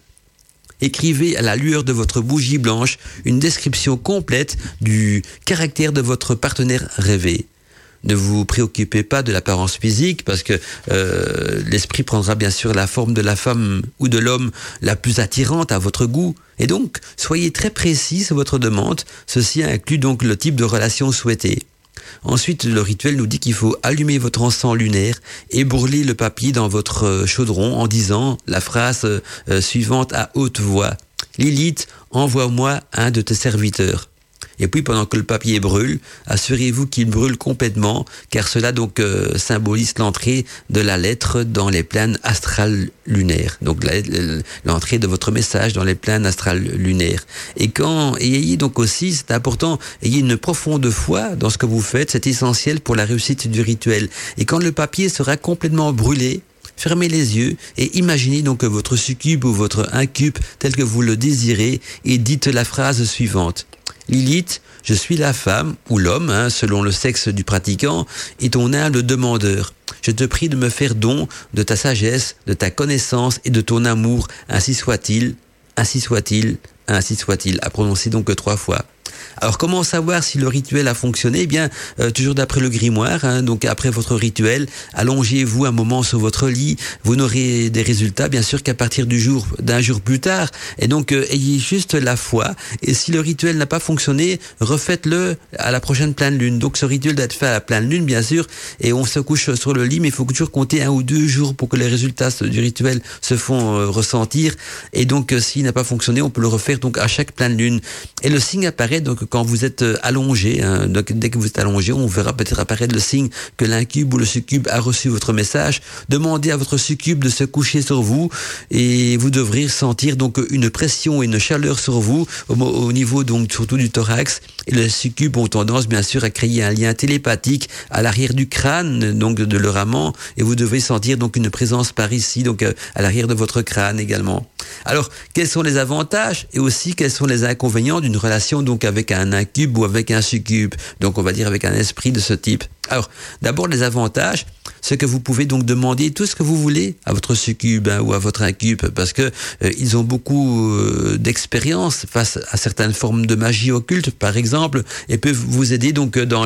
écrivez à la lueur de votre bougie blanche une description complète du caractère de votre partenaire rêvé. Ne vous préoccupez pas de l'apparence physique parce que l'esprit prendra bien sûr la forme de la femme ou de l'homme la plus attirante à votre goût. Et donc, soyez très précis sur votre demande. Ceci inclut donc le type de relation souhaitée. Ensuite, le rituel nous dit qu'il faut allumer votre encens lunaire et brûler le papier dans votre chaudron en disant la phrase suivante à haute voix: Lilith, envoie-moi un de tes serviteurs. Et puis, pendant que le papier brûle, assurez-vous qu'il brûle complètement, car cela donc symbolise l'entrée de la lettre dans les plans astrales lunaires. Donc l'entrée de votre message dans les plans astrales lunaires. Et ayez donc aussi, c'est important, ayez une profonde foi dans ce que vous faites. C'est essentiel pour la réussite du rituel. Et quand le papier sera complètement brûlé, fermez les yeux et imaginez donc votre succube ou votre incube tel que vous le désirez et dites la phrase suivante: Lilith, je suis la femme ou l'homme, selon le sexe du pratiquant, et ton humble demandeur. Je te prie de me faire don de ta sagesse, de ta connaissance et de ton amour. Ainsi soit-il, ainsi soit-il, ainsi soit-il. À prononcer donc 3 fois. Alors comment savoir si le rituel a fonctionné? Eh bien, toujours d'après le grimoire, donc après votre rituel, allongez-vous un moment sur votre lit, vous n'aurez des résultats bien sûr qu'à partir d'un jour plus tard. Et donc ayez juste la foi, et si le rituel n'a pas fonctionné, refaites-le à la prochaine pleine lune. Donc ce rituel doit être fait à la pleine lune bien sûr, et on se couche sur le lit, mais il faut toujours compter 1 ou 2 jours pour que les résultats du rituel se font ressentir. Et donc s'il n'a pas fonctionné, on peut le refaire donc à chaque pleine lune. Et le signe apparaît donc quand vous êtes allongé, donc dès que vous êtes allongé, on verra peut-être apparaître le signe que l'incube ou le succube a reçu votre message. Demandez à votre succube de se coucher sur vous et vous devrez sentir donc une pression et une chaleur sur vous au niveau donc surtout du thorax. Et les succubes ont tendance bien sûr à créer un lien télépathique à l'arrière du crâne donc de leur amant, et vous devez sentir donc une présence par ici donc à l'arrière de votre crâne également. Alors, quels sont les avantages et aussi quels sont les inconvénients d'une relation donc avec un incube ou avec un succube, donc on va dire avec un esprit de ce type? Alors, d'abord les avantages, c'est que vous pouvez donc demander tout ce que vous voulez à votre succube ou à votre incube, parce que ils ont beaucoup d'expérience face à certaines formes de magie occulte, par exemple, et peuvent vous aider donc dans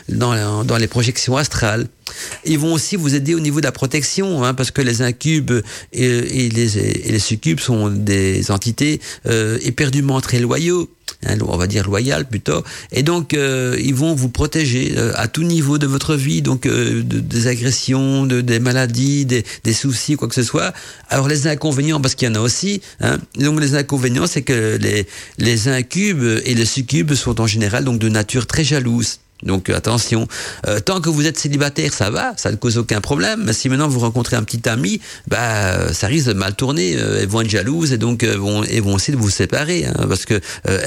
les projections astrales. Ils vont aussi vous aider au niveau de la protection, parce que les incubes et les succubes sont des entités éperdument très loyaux. On va dire loyal plutôt, et donc ils vont vous protéger à tout niveau de votre vie, donc des agressions, des maladies, des soucis, quoi que ce soit. Alors les inconvénients, parce qu'il y en a aussi, donc les inconvénients, c'est que les incubes et les succubes sont en général donc de nature très jalouse. Donc attention, tant que vous êtes célibataire, ça va, ça ne cause aucun problème. Mais si maintenant vous rencontrez un petit ami, ça risque de mal tourner. Elles vont être jalouses et donc elles vont essayer de vous séparer, parce que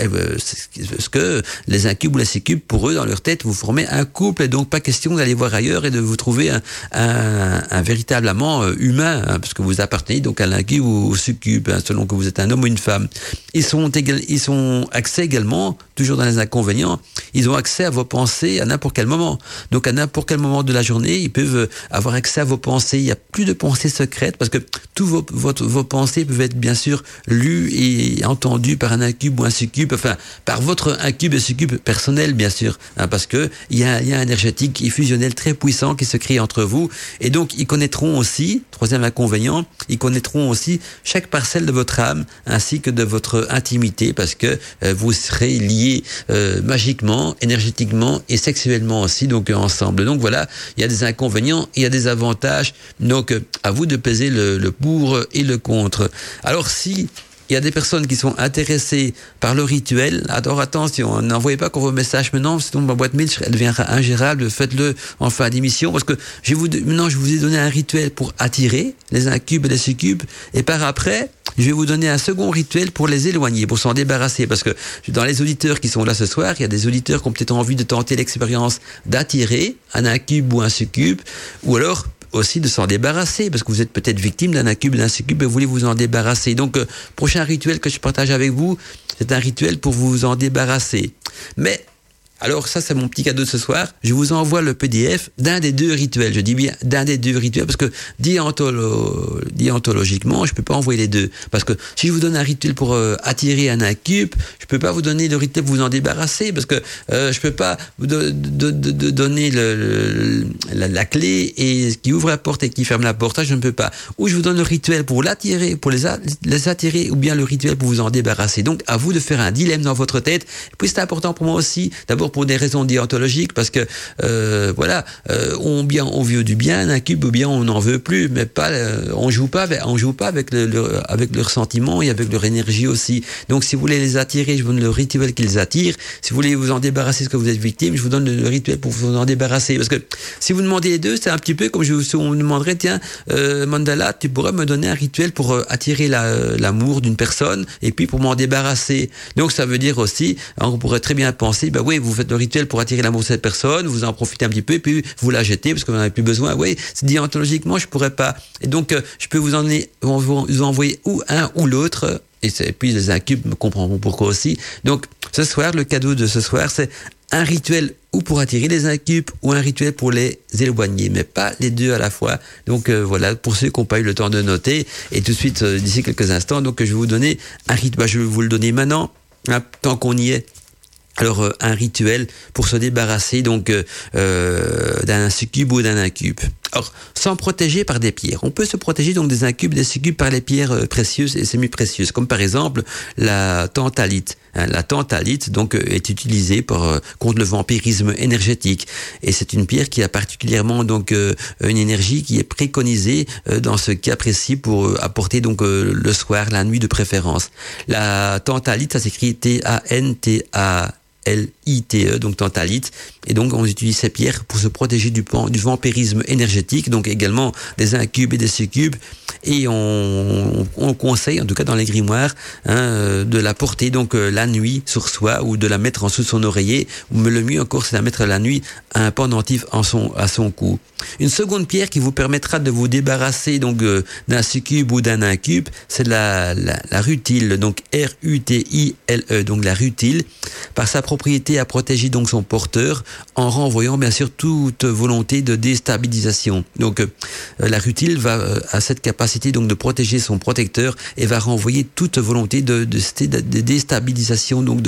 les incubes ou les succubes, pour eux, dans leur tête, vous formez un couple, et donc pas question d'aller voir ailleurs et de vous trouver un véritable amant humain, parce que vous appartenez donc à l'incube ou au succube, selon que vous êtes un homme ou une femme. Ils sont accès également, toujours dans les inconvénients, ils ont accès à vos pensées penser à n'importe quel moment. Donc à n'importe quel moment de la journée, ils peuvent avoir accès à vos pensées. Il n'y a plus de pensées secrètes parce que tous vos pensées peuvent être bien sûr lues et entendues par un incube ou un succube, enfin par votre incube et succube personnel bien sûr, hein, parce que il y a un lien énergétique et fusionnel très puissant qui se crée entre vous. Et donc ils connaîtront aussi, troisième inconvénient, ils connaîtront aussi chaque parcelle de votre âme ainsi que de votre intimité parce que vous serez liés magiquement, énergétiquement et sexuellement aussi, donc ensemble. Donc voilà, il y a des inconvénients, il y a des avantages, donc à vous de peser le pour et le contre. Alors si il y a des personnes qui sont intéressées par le rituel. Alors attention, n'envoyez pas vos messages maintenant, sinon ma boîte mail elle deviendra ingérable. Faites-le en fin d'émission parce que maintenant je vous ai donné un rituel pour attirer les incubes et les succubes et par après je vais vous donner un second rituel pour les éloigner, pour s'en débarrasser. Parce que dans les auditeurs qui sont là ce soir, il y a des auditeurs qui ont peut-être envie de tenter l'expérience d'attirer un incube ou un succube, ou alors aussi de s'en débarrasser, parce que vous êtes peut-être victime d'un incube, d'un succube et vous voulez vous en débarrasser. Donc, prochain rituel que je partage avec vous, c'est un rituel pour vous en débarrasser. Mais alors ça, c'est mon petit cadeau de ce soir. Je vous envoie le PDF d'un des deux rituels. Je dis bien d'un des deux rituels parce que déontologiquement, je peux pas envoyer les deux. Parce que si je vous donne un rituel pour attirer un incube, je peux pas vous donner le rituel pour vous en débarrasser parce que je peux pas vous donner la clé et qui ouvre la porte et qui ferme la porte. Ça, je ne peux pas. Ou je vous donne le rituel pour l'attirer, pour les attirer, ou bien le rituel pour vous en débarrasser. Donc, à vous de faire un dilemme dans votre tête. Et puis, c'est important pour moi aussi, d'abord pour des raisons déontologiques, parce que on veut du bien, un incube, ou bien on n'en veut plus, mais pas, on joue pas avec leur sentiment et avec leur énergie aussi. Donc si vous voulez les attirer, je vous donne le rituel qui les attire. Si vous voulez vous en débarrasser, parce que vous êtes victime, je vous donne le rituel pour vous en débarrasser. Parce que si vous demandez les deux, c'est un petit peu comme on vous demanderait, tiens, Mandala, tu pourrais me donner un rituel pour attirer l'amour d'une personne et puis pour m'en débarrasser. Donc ça veut dire aussi, on pourrait très bien penser, bah oui, vous faites le rituel pour attirer l'amour de cette personne, vous en profitez un petit peu et puis vous la jetez parce que vous n'en avez plus besoin. Oui, c'est déontologiquement, je pourrais pas. Et donc, je peux vous envoyer ou un ou l'autre. Et puis les incubes me comprendront pourquoi aussi. Donc, ce soir, le cadeau de ce soir, c'est un rituel ou pour attirer les incubes ou un rituel pour les éloigner, mais pas les deux à la fois. Donc voilà, pour ceux qui n'ont pas eu le temps de noter. Et tout de suite, d'ici quelques instants, donc je vais vous donner un rituel. Je vais vous le donner maintenant, hein, tant qu'on y est. Alors un rituel pour se débarrasser donc d'un succube ou d'un incube. Alors, s'en protéger par des pierres. On peut se protéger donc des incubes, des succubes par les pierres précieuses et semi-précieuses, comme par exemple la tantalite. La tantalite donc est utilisée contre le vampirisme énergétique, et c'est une pierre qui a particulièrement donc une énergie qui est préconisée dans ce cas précis pour apporter donc le soir, la nuit de préférence. La tantalite, ça s'écrit Tantalite, donc tantalite, et donc on utilise ces pierres pour se protéger du vampirisme énergétique, donc également des incubes et des succubes, et on conseille, en tout cas dans les grimoires, de la porter donc la nuit sur soi, ou de la mettre en dessous de son oreiller, ou le mieux encore c'est de la mettre la nuit à un pendentif à son cou. Une seconde pierre qui vous permettra de vous débarrasser donc d'un succube ou d'un incube, c'est la rutile, donc R-U-T-I-L-E, donc la rutile, par sa propriété à protéger donc son porteur en renvoyant bien sûr toute volonté de déstabilisation. Donc la rutile a cette capacité donc de protéger son protecteur et va renvoyer toute volonté de déstabilisation donc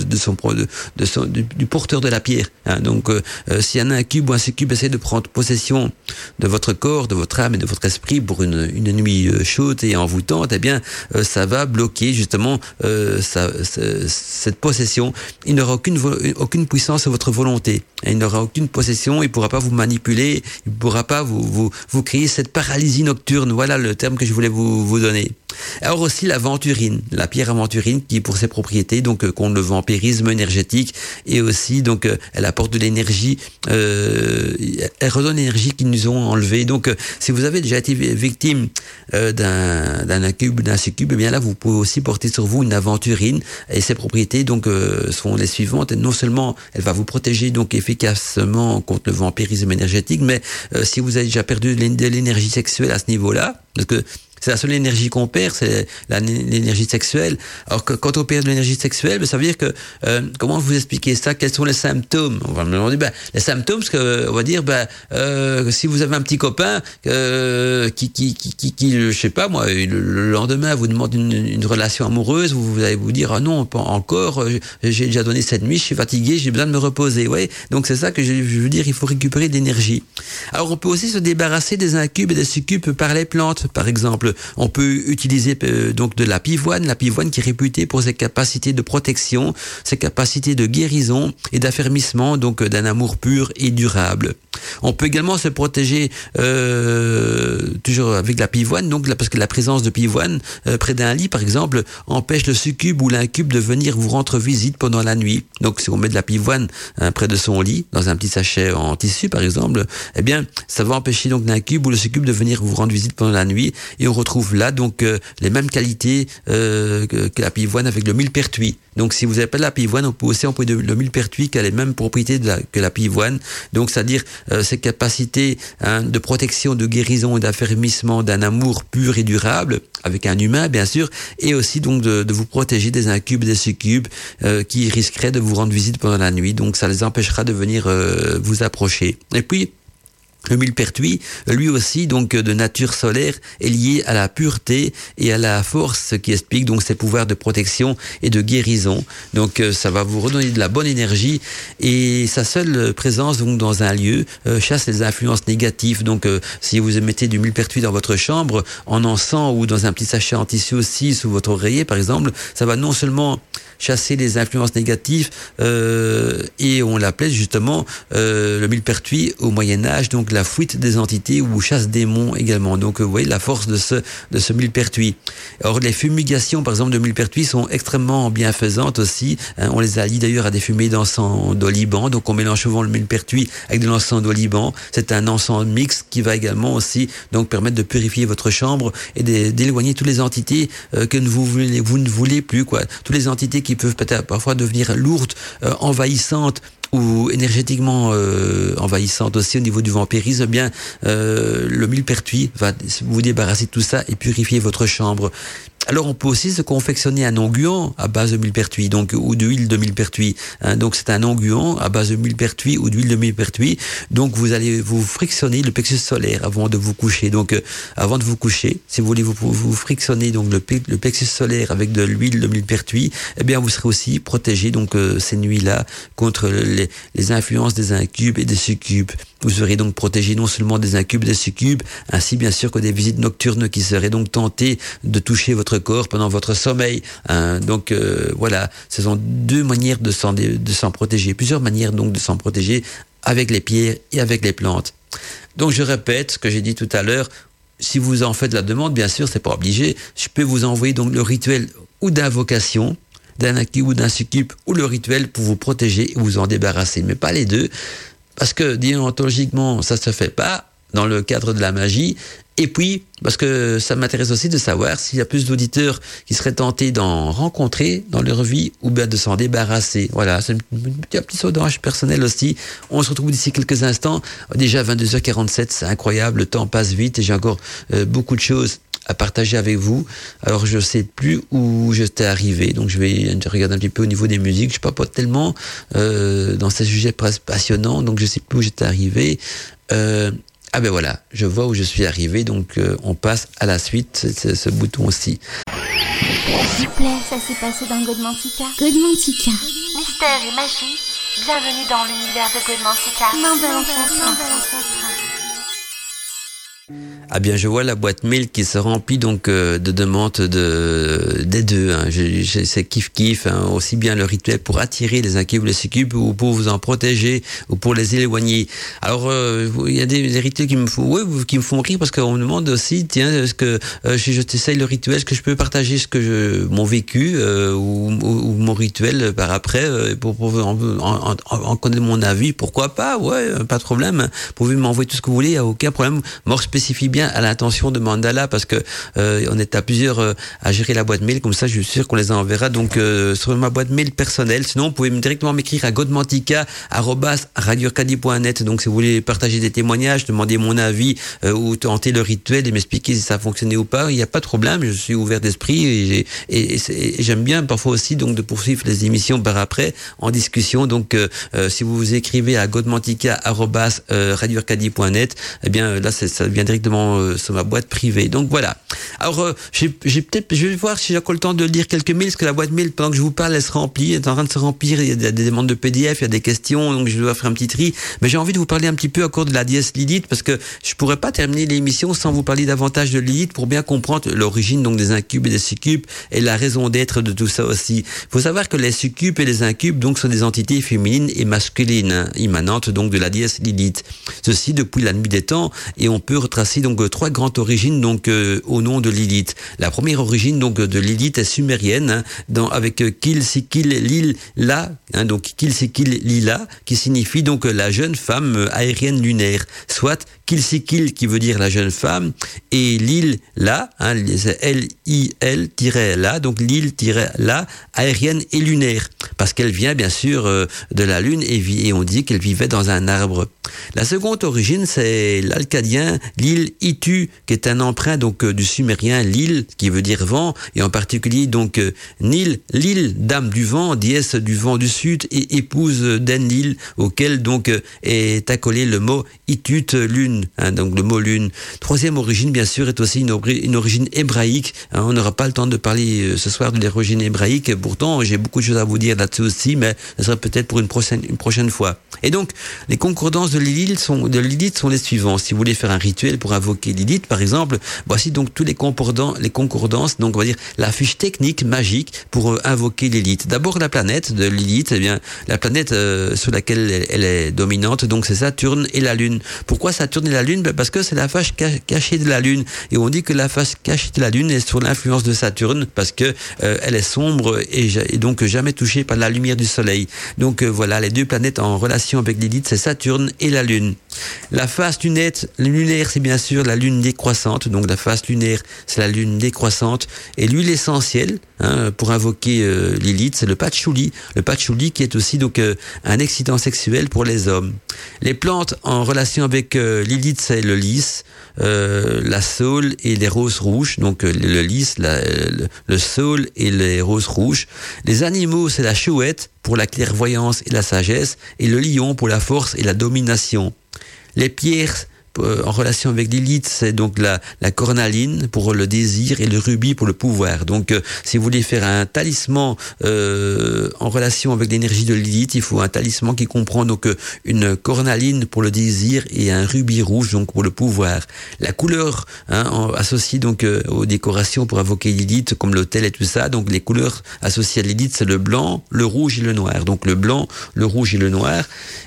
du porteur de la pierre. Donc si un incube ou un succube essaie de prendre possession de votre corps, de votre âme et de votre esprit pour une nuit chaude et envoûtante, eh bien ça va bloquer justement cette possession. Il n'aura aucune puissance sur votre volonté. Il n'aura aucune possession, il ne pourra pas vous manipuler, il ne pourra pas vous créer cette paralysie nocturne. Voilà le terme que je voulais vous donner. Alors aussi l'aventurine, la pierre aventurine qui pour ses propriétés donc contre le vampirisme énergétique, et aussi donc elle apporte de l'énergie, elle redonne l'énergie qu'ils nous ont enlevée. Donc si vous avez déjà été victime d'un incube ou d'un succube, eh bien là vous pouvez aussi porter sur vous une aventurine, et ses propriétés donc sont les suivantes. Non seulement elle va vous protéger donc efficacement contre le vampirisme énergétique, mais si vous avez déjà perdu de l'énergie sexuelle à ce niveau-là, parce que C'est la seule énergie qu'on perd, c'est l'énergie sexuelle. Alors que quand on perd de l'énergie sexuelle, ça veut dire que comment vous expliquer ça? Quels sont les symptômes? On va me demander les symptômes, parce que on va dire si vous avez un petit copain qui je sais pas moi, le lendemain vous demande une relation amoureuse, vous allez vous dire non, pas encore, j'ai déjà donné cette nuit, je suis fatigué, j'ai besoin de me reposer. Ouais, donc c'est ça que je veux dire, il faut récupérer de l'énergie. Alors on peut aussi se débarrasser des incubes et des succubes par les plantes, par exemple. On peut utiliser donc de la pivoine qui est réputée pour ses capacités de protection, ses capacités de guérison et d'affermissement, donc d'un amour pur et durable. On peut également se protéger toujours avec la pivoine, donc parce que la présence de pivoine près d'un lit, par exemple, empêche le succube ou l'incube de venir vous rendre visite pendant la nuit. Donc si on met de la pivoine près de son lit, dans un petit sachet en tissu, par exemple, eh bien ça va empêcher donc l'incube ou le succube de venir vous rendre visite pendant la nuit, et on retrouve là donc les mêmes qualités que la pivoine avec le millepertuis. Donc si vous n'avez pas de la pivoine, on peut aussi employer le millepertuis qui a les mêmes propriétés que la pivoine. Donc c'est-à-dire ses capacités de protection, de guérison et d'affermissement d'un amour pur et durable avec un humain bien sûr, et aussi donc de vous protéger des incubes et des succubes qui risqueraient de vous rendre visite pendant la nuit. Donc ça les empêchera de venir vous approcher. Et puis le millepertuis, lui aussi, donc de nature solaire, est lié à la pureté et à la force, ce qui explique donc ses pouvoirs de protection et de guérison. Donc ça va vous redonner de la bonne énergie, et sa seule présence donc dans un lieu chasse les influences négatives. Donc si vous mettez du millepertuis dans votre chambre, en encens ou dans un petit sachet en tissu aussi sous votre oreiller par exemple, ça va non seulement chasser les influences négatives et on l'appelait justement le millepertuis au Moyen-Âge, donc la fuite des entités ou chasse démons également. Donc vous voyez la force de ce millepertuis. Alors les fumigations par exemple de millepertuis sont extrêmement bienfaisantes aussi. On les allie d'ailleurs à des fumées d'encens d'oliban. Donc on mélange souvent le millepertuis avec de l'encens d'oliban. C'est un encens mixte qui va également aussi donc permettre de purifier votre chambre et d'éloigner toutes les entités que vous ne voulez plus, quoi. Toutes les entités qui peuvent peut-être parfois devenir lourdes, envahissantes, ou énergétiquement envahissante aussi au niveau du vampirisme, eh bien le millepertuis va vous débarrasser de tout ça et purifier votre chambre. Alors on peut aussi se confectionner un onguent à base de millepertuis, donc ou d'huile de millepertuis. Donc c'est un onguent à base de millepertuis ou d'huile de millepertuis. Donc vous allez vous frictionner le plexus solaire avant de vous coucher. Donc avant de vous coucher, si vous voulez vous frictionner donc le plexus solaire avec de l'huile de millepertuis, eh bien vous serez aussi protégé donc ces nuits-là contre les influences des incubes et des succubes. Vous serez donc protégé non seulement des incubes et des succubes, ainsi bien sûr que des visites nocturnes qui seraient donc tentées de toucher votre corps pendant votre sommeil. Donc voilà, ce sont deux manières de s'en protéger, plusieurs manières donc de s'en protéger avec les pierres et avec les plantes. Donc je répète ce que j'ai dit tout à l'heure. Si vous en faites la demande, bien sûr, c'est pas obligé. Je peux vous envoyer donc le rituel ou d'invocation d'un incube ou d'un succube, ou le rituel pour vous protéger et vous en débarrasser, mais pas les deux, parce que déontologiquement ça se fait pas dans le cadre de la magie. Et puis, parce que ça m'intéresse aussi de savoir s'il y a plus d'auditeurs qui seraient tentés d'en rencontrer dans leur vie ou bien de s'en débarrasser. Voilà, c'est un petit sondage personnel aussi. On se retrouve d'ici quelques instants. Déjà 22h47, c'est incroyable, le temps passe vite et j'ai encore beaucoup de choses à partager avec vous. Alors je sais plus où j'étais arrivé, donc je vais regarder un petit peu au niveau des musiques. Je papote tellement dans ces sujets passionnants, donc je sais plus où j'étais arrivé. Ah ben voilà, je vois où je suis arrivé, donc on passe à la suite, c'est ce bouton aussi. S'il vous plaît, ça s'est passé dans Godmantica. Godmantica. Mystère et magie, bienvenue dans l'univers de Godmantica. Main de l'ancêtre. Ah bien, je vois la boîte mail qui se remplit donc de demandes des deux. C'est kiff, aussi bien le rituel pour attirer les incubes, les succubes, ou pour vous en protéger, ou pour les éloigner. Alors, il y a des rituels qui me font rire parce qu'on me demande aussi, tiens, est-ce que je t'essaye le rituel, est-ce que je peux partager mon vécu ou mon rituel par après pour en connaître mon avis, pourquoi pas, ouais, pas de problème. Vous pouvez m'envoyer tout ce que vous voulez, il n'y a aucun problème. Morse spécifie bien à l'intention de Mandala parce que on est à plusieurs à gérer la boîte mail, comme ça je suis sûr qu'on les enverra donc sur ma boîte mail personnelle. Sinon, vous pouvez directement m'écrire à godmantica@radioarcadie.net. Donc si vous voulez partager des témoignages, demander mon avis ou tenter le rituel et m'expliquer si ça a fonctionné ou pas, il n'y a pas de problème, je suis ouvert d'esprit et j'aime bien parfois aussi donc de poursuivre les émissions par après en discussion. Donc si vous vous écrivez à godmantica@radioarcadie.net, eh bien là ça vient directement sur ma boîte privée. Donc voilà. Alors je vais voir si j'ai encore le temps de lire quelques mails, parce que la boîte mail pendant que je vous parle elle se remplit, elle est en train de se remplir, il y a des demandes de PDF, il y a des questions, donc je dois faire un petit tri. Mais j'ai envie de vous parler un petit peu encore de la déesse Lilith, parce que je pourrais pas terminer l'émission sans vous parler davantage de Lilith pour bien comprendre l'origine donc des incubes et des succubes et la raison d'être de tout ça aussi. Il faut savoir que les succubes et les incubes donc sont des entités féminines et masculines, immanentes donc de la déesse Lilith. Ceci depuis la nuit des temps, et on peut retracer donc trois grandes origines donc au nom de Lilith. La première origine donc de Lilith est sumérienne, avec Kil Sikil Lila, donc Kil Sikil Lila, qui signifie donc la jeune femme aérienne lunaire, soit Kil Sikil qui veut dire la jeune femme, et Lila, c'est L-I-L-La, donc Lil-La, aérienne et lunaire, parce qu'elle vient bien sûr de la lune et on dit qu'elle vivait dans un arbre. La seconde origine, c'est l'alcadien Lil Itu, qui est un emprunt donc du sumérien Lil, qui veut dire vent, et en particulier donc Nil, Lil, dame du vent, déesse du vent du sud et épouse d'Enlil, auquel donc est accolé le mot Itut, lune, donc le mot lune. Troisième origine, bien sûr, est aussi une origine hébraïque. On n'aura pas le temps de parler ce soir de l'origine hébraïque, pourtant j'ai beaucoup de choses à vous dire là-dessus aussi, mais ce sera peut-être pour une prochaine fois. Et donc, les concordances de Lilith sont les suivants. Si vous voulez faire un rituel pour invoquer Lilith, par exemple, voici donc tous les concordances, donc on va dire la fiche technique magique pour invoquer Lilith. D'abord la planète de Lilith, eh bien la planète sur laquelle elle est dominante, donc c'est Saturne et la Lune. Pourquoi Saturne et la Lune? Parce que c'est la face cachée de la Lune, et on dit que la face cachée de la Lune est sous l'influence de Saturne parce que elle est sombre et donc jamais touchée par la lumière du Soleil. Donc voilà, les deux planètes en relation avec Lilith, c'est Saturne et la Lune. La phase lunaire, c'est bien sûr la Lune décroissante, donc la phase lunaire, c'est la Lune décroissante, et l'huile essentielle pour invoquer Lilith, c'est le patchouli qui est aussi donc un excitant sexuel pour les hommes. Les plantes en relation avec Lilith, c'est le lys, la saule et les roses rouges, donc le lys, le saule et les roses rouges. Les animaux, c'est la chouette pour la clairvoyance et la sagesse, et le lion pour la force et la domination. Les pierres en relation avec Lilith, c'est donc la cornaline pour le désir et le rubis pour le pouvoir. Donc si vous voulez faire un talisman en relation avec l'énergie de Lilith, il faut un talisman qui comprend donc une cornaline pour le désir et un rubis rouge donc pour le pouvoir. La couleur associée donc aux décorations pour invoquer Lilith, comme l'autel et tout ça, donc les couleurs associées à Lilith, c'est le blanc, le rouge et le noir. Donc le blanc, le rouge et le noir.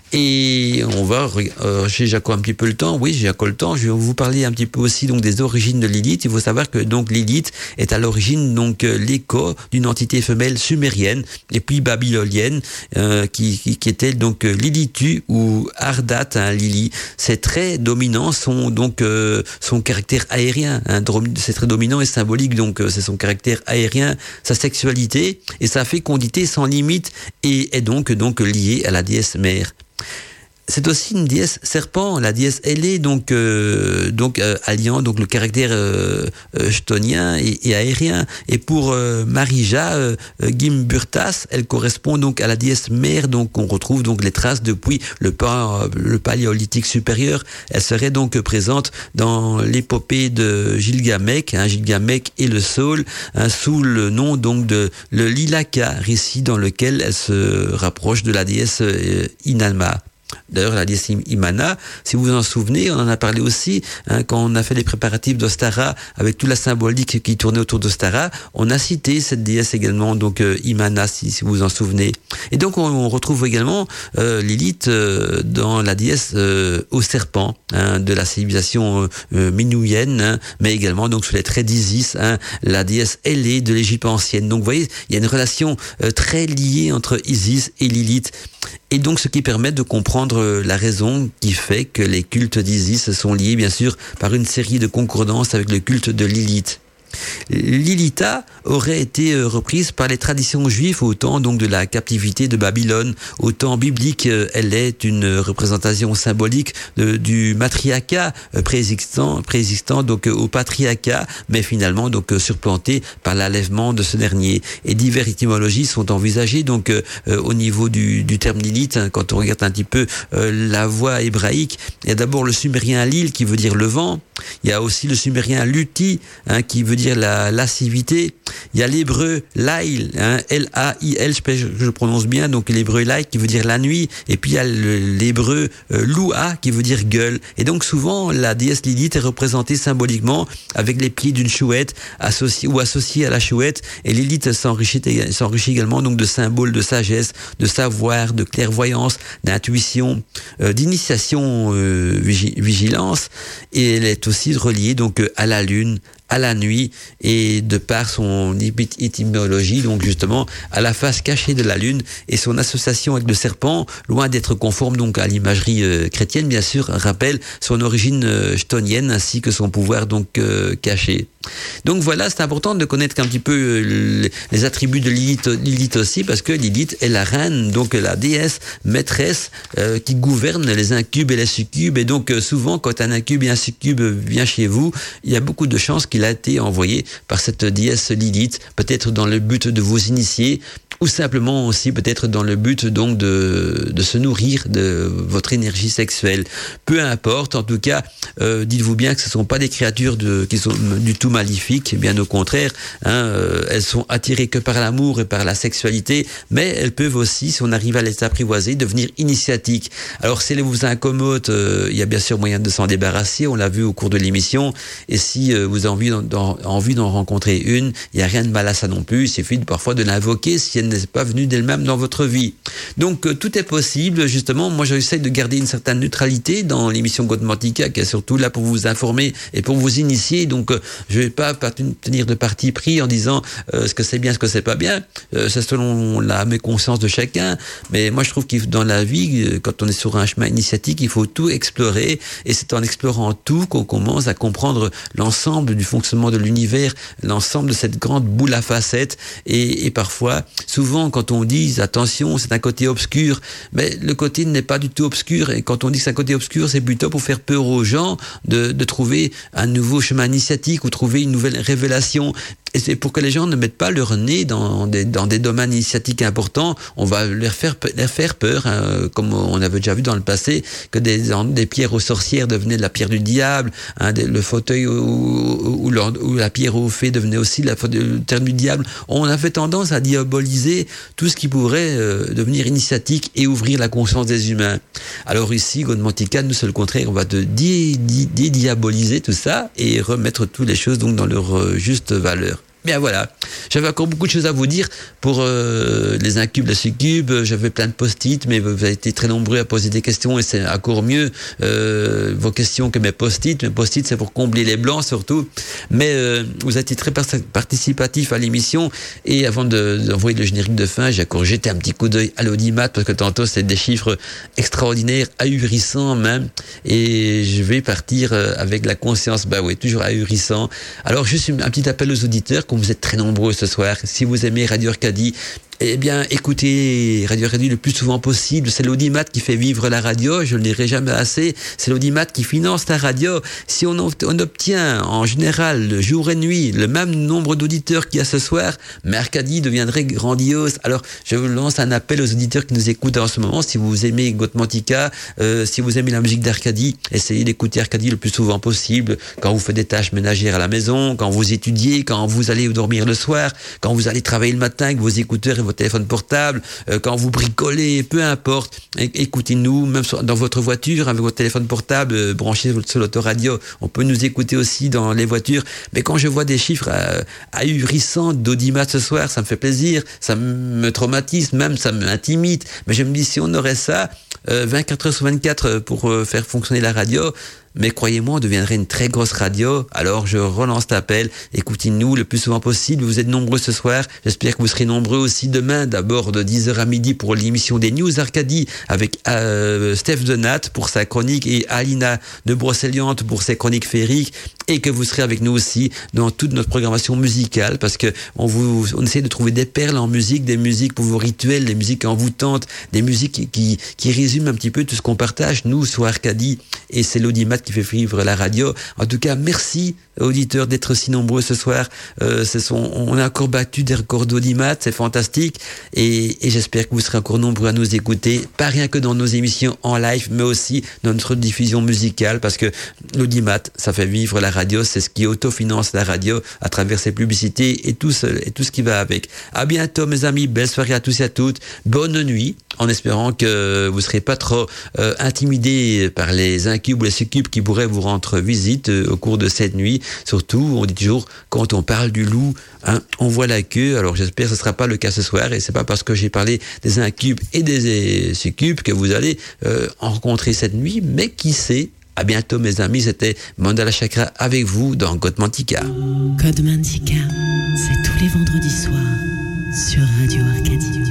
Et on va, j'ai encore un petit peu le temps, oui, j'ai encore le temps, je vais vous parler un petit peu aussi donc des origines de Lilith. Il faut savoir que donc Lilith est à l'origine donc l'écho d'une entité femelle sumérienne et puis babylonienne qui était donc Lilitu ou Ardat, Lili. C'est très dominant, son caractère aérien, c'est très dominant et symbolique, donc c'est son caractère aérien, sa sexualité et sa fécondité sans limite, et est donc liée à la déesse mère. C'est aussi une déesse serpent, la déesse Hélé, donc alliant donc le caractère chthonien et aérien. Et pour Marija Gimburtas, elle correspond donc à la déesse mère, donc on retrouve donc les traces depuis le paléolithique supérieur. Elle serait donc présente dans l'épopée de Gilgamesh, Gilgamesh et le Saule, sous le nom donc de le Lilaka, récit dans lequel elle se rapproche de la déesse Inanna. D'ailleurs, la déesse Imana, si vous vous en souvenez, on en a parlé aussi, quand on a fait les préparatifs d'Ostara, avec toute la symbolique qui tournait autour d'Ostara, on a cité cette déesse également, donc Imana, si vous vous en souvenez. Et donc, on retrouve également Lilith dans la déesse au serpent, de la civilisation minouienne, mais également donc sous les traits d'Isis, la déesse Hélé de l'Égypte ancienne. Donc, vous voyez, il y a une relation très liée entre Isis et Lilith. Et donc, ce qui permet de comprendre la raison qui fait que les cultes d'Isis sont liés, bien sûr, par une série de concordances avec le culte de Lilith. Lilitha aurait été reprise par les traditions juives au temps donc de la captivité de Babylone. Au temps biblique, elle est une représentation symbolique du matriarcat préexistant donc au patriarcat, mais finalement donc surplanté par l'enlèvement de ce dernier. Et diverses étymologies sont envisagées donc au niveau du terme Lilith. Hein, quand on regarde un petit peu la voix hébraïque, il y a d'abord le sumérien Lil qui veut dire le vent. Il y a aussi le sumérien Luti qui veut dire la lascivité. Il y a l'hébreu Laïl, L-A-I-L, je prononce bien, donc l'hébreu Laïl qui veut dire la nuit. Et puis il y a l'hébreu Loua qui veut dire gueule. Et donc souvent la déesse Lilith est représentée symboliquement avec les pieds d'une chouette associée à la chouette. Et Lilith s'enrichit également donc de symboles de sagesse, de savoir, de clairvoyance, d'intuition, d'initiation, vigilance. Et elle est aussi reliée donc à la lune, à la nuit, et de par son étymologie, donc justement à la face cachée de la lune, et son association avec le serpent, loin d'être conforme donc à l'imagerie chrétienne, bien sûr, rappelle son origine chtonienne ainsi que son pouvoir donc caché. Donc voilà, c'est important de connaître un petit peu les attributs de Lilith aussi, parce que Lilith est la reine, donc la déesse maîtresse qui gouverne les incubes et les succubes. Et donc souvent, quand un incube et un succube vient chez vous, il y a beaucoup de chances qu'il a été envoyé par cette déesse Lilith, peut-être dans le but de vous initier, ou simplement aussi peut-être dans le but donc de se nourrir de votre énergie sexuelle. Peu importe, en tout cas, dites-vous bien que ce ne sont pas des créatures qui sont du tout maléfiques, bien au contraire, elles sont attirées que par l'amour et par la sexualité, mais elles peuvent aussi, si on arrive à les apprivoiser, devenir initiatiques. Alors si elles vous incommodent, il y a bien sûr moyen de s'en débarrasser, on l'a vu au cours de l'émission, et si vous avez envie d'en rencontrer une, il n'y a rien de mal à ça non plus, il suffit parfois de l'invoquer si elle n'est pas venue d'elle-même dans votre vie. Donc tout est possible, justement. Moi j'essaie de garder une certaine neutralité dans l'émission Godmantica, qui est surtout là pour vous informer et pour vous initier. Donc je vais pas tenir de parti pris en disant ce que c'est bien, ce que c'est pas bien. C'est selon la méconscience de chacun. Mais moi je trouve que dans la vie, quand on est sur un chemin initiatique, il faut tout explorer, et c'est en explorant tout qu'on commence à comprendre l'ensemble du fonctionnement de l'univers, l'ensemble de cette grande boule à facettes. Et parfois, souvent quand on dit attention, c'est un côté obscur, mais le côté n'est pas du tout obscur, et quand on dit que c'est un côté obscur, c'est plutôt pour faire peur aux gens de trouver un nouveau chemin initiatique ou trouver une nouvelle révélation. Et c'est pour que les gens ne mettent pas leur nez dans des domaines initiatiques importants. On va leur faire peur, comme on avait déjà vu dans le passé, que des pierres aux sorcières devenaient la pierre du diable, le fauteuil ou la pierre aux fées devenait aussi le terme du diable. On avait tendance à diaboliser tout ce qui pourrait devenir initiatique et ouvrir la conscience des humains. Alors ici, Godmantica, nous c'est le contraire, on va dédiaboliser tout ça et remettre toutes les choses donc dans leur juste valeur. Bien voilà, j'avais encore beaucoup de choses à vous dire pour les incubes, les succubes. J'avais plein de post-it, mais vous avez été très nombreux à poser des questions, et c'est encore mieux vos questions que mes post-it. Mes post-it, c'est pour combler les blancs surtout. Mais vous avez été très participatifs à l'émission, et avant d'envoyer le générique de fin, j'ai encore jeté un petit coup d'œil à l'audimat, parce que tantôt c'est des chiffres extraordinaires, ahurissants même, et je vais partir avec la conscience, bah oui, toujours ahurissant. Alors juste un petit appel aux auditeurs, comme vous êtes très nombreux ce soir, si vous aimez Radio Arcadie, eh bien, écoutez Radio Arcadie le plus souvent possible. C'est l'audimat qui fait vivre la radio, je ne le dirai jamais assez. C'est l'audimat qui finance la radio. Si on obtient en général, jour et nuit, le même nombre d'auditeurs qu'il y a ce soir, mais Arcadie deviendrait grandiose. Alors, je vous lance un appel aux auditeurs qui nous écoutent en ce moment. Si vous aimez Godmantica, si vous aimez la musique d'Arcadie, essayez d'écouter Arcadie le plus souvent possible. Quand vous faites des tâches ménagères à la maison, quand vous étudiez, quand vous allez dormir le soir, quand vous allez travailler le matin avec vos écouteurs et vos téléphones portables, quand vous bricolez, peu importe, écoutez-nous, même dans votre voiture, avec votre téléphone portable branché sur l'autoradio. On peut nous écouter aussi dans les voitures. Mais quand je vois des chiffres ahurissants d'audimat ce soir, ça me fait plaisir, ça me traumatise, même ça m'intimide. Mais je me dis, si on aurait ça, 24 heures sur 24 pour faire fonctionner la radio, mais croyez-moi, on deviendrait une très grosse radio. Alors je relance l'appel, écoutez-nous le plus souvent possible. Vous êtes nombreux ce soir, j'espère que vous serez nombreux aussi demain, d'abord de 10h à midi pour l'émission des News Arcadie avec Steph Donat pour sa chronique et Alina de Brocéliande pour ses chroniques féeriques, et que vous serez avec nous aussi dans toute notre programmation musicale, parce que on essaie de trouver des perles en musique, des musiques pour vos rituels, des musiques envoûtantes, des musiques qui résument un petit peu tout ce qu'on partage, nous, sur Arcadie, et c'est l'audimat qui fait vivre la radio. En tout cas, merci, auditeurs, d'être si nombreux ce soir. On a encore battu des records d'audimat, c'est fantastique, et j'espère que vous serez encore nombreux à nous écouter, pas rien que dans nos émissions en live, mais aussi dans notre diffusion musicale, parce que l'audimat, ça fait vivre la radio, c'est ce qui autofinance la radio à travers ses publicités et tout ce qui va avec. À bientôt mes amis, belle soirée à tous et à toutes, bonne nuit, en espérant que vous serez pas trop intimidés par les incubes ou les succubes qui pourraient vous rendre visite au cours de cette nuit. Surtout, on dit toujours, quand on parle du loup, on voit la queue. Alors j'espère que ce sera pas le cas ce soir, et c'est pas parce que j'ai parlé des incubes et des succubes que vous allez en rencontrer cette nuit, mais qui sait. À bientôt mes amis, c'était Mandala Chakra avec vous dans Code Mantica. Code Mantica, c'est tous les vendredis soirs sur Radio Arcadie.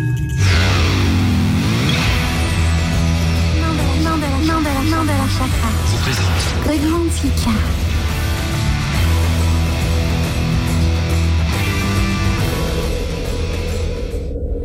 Mandala Chakra. Code Mantica.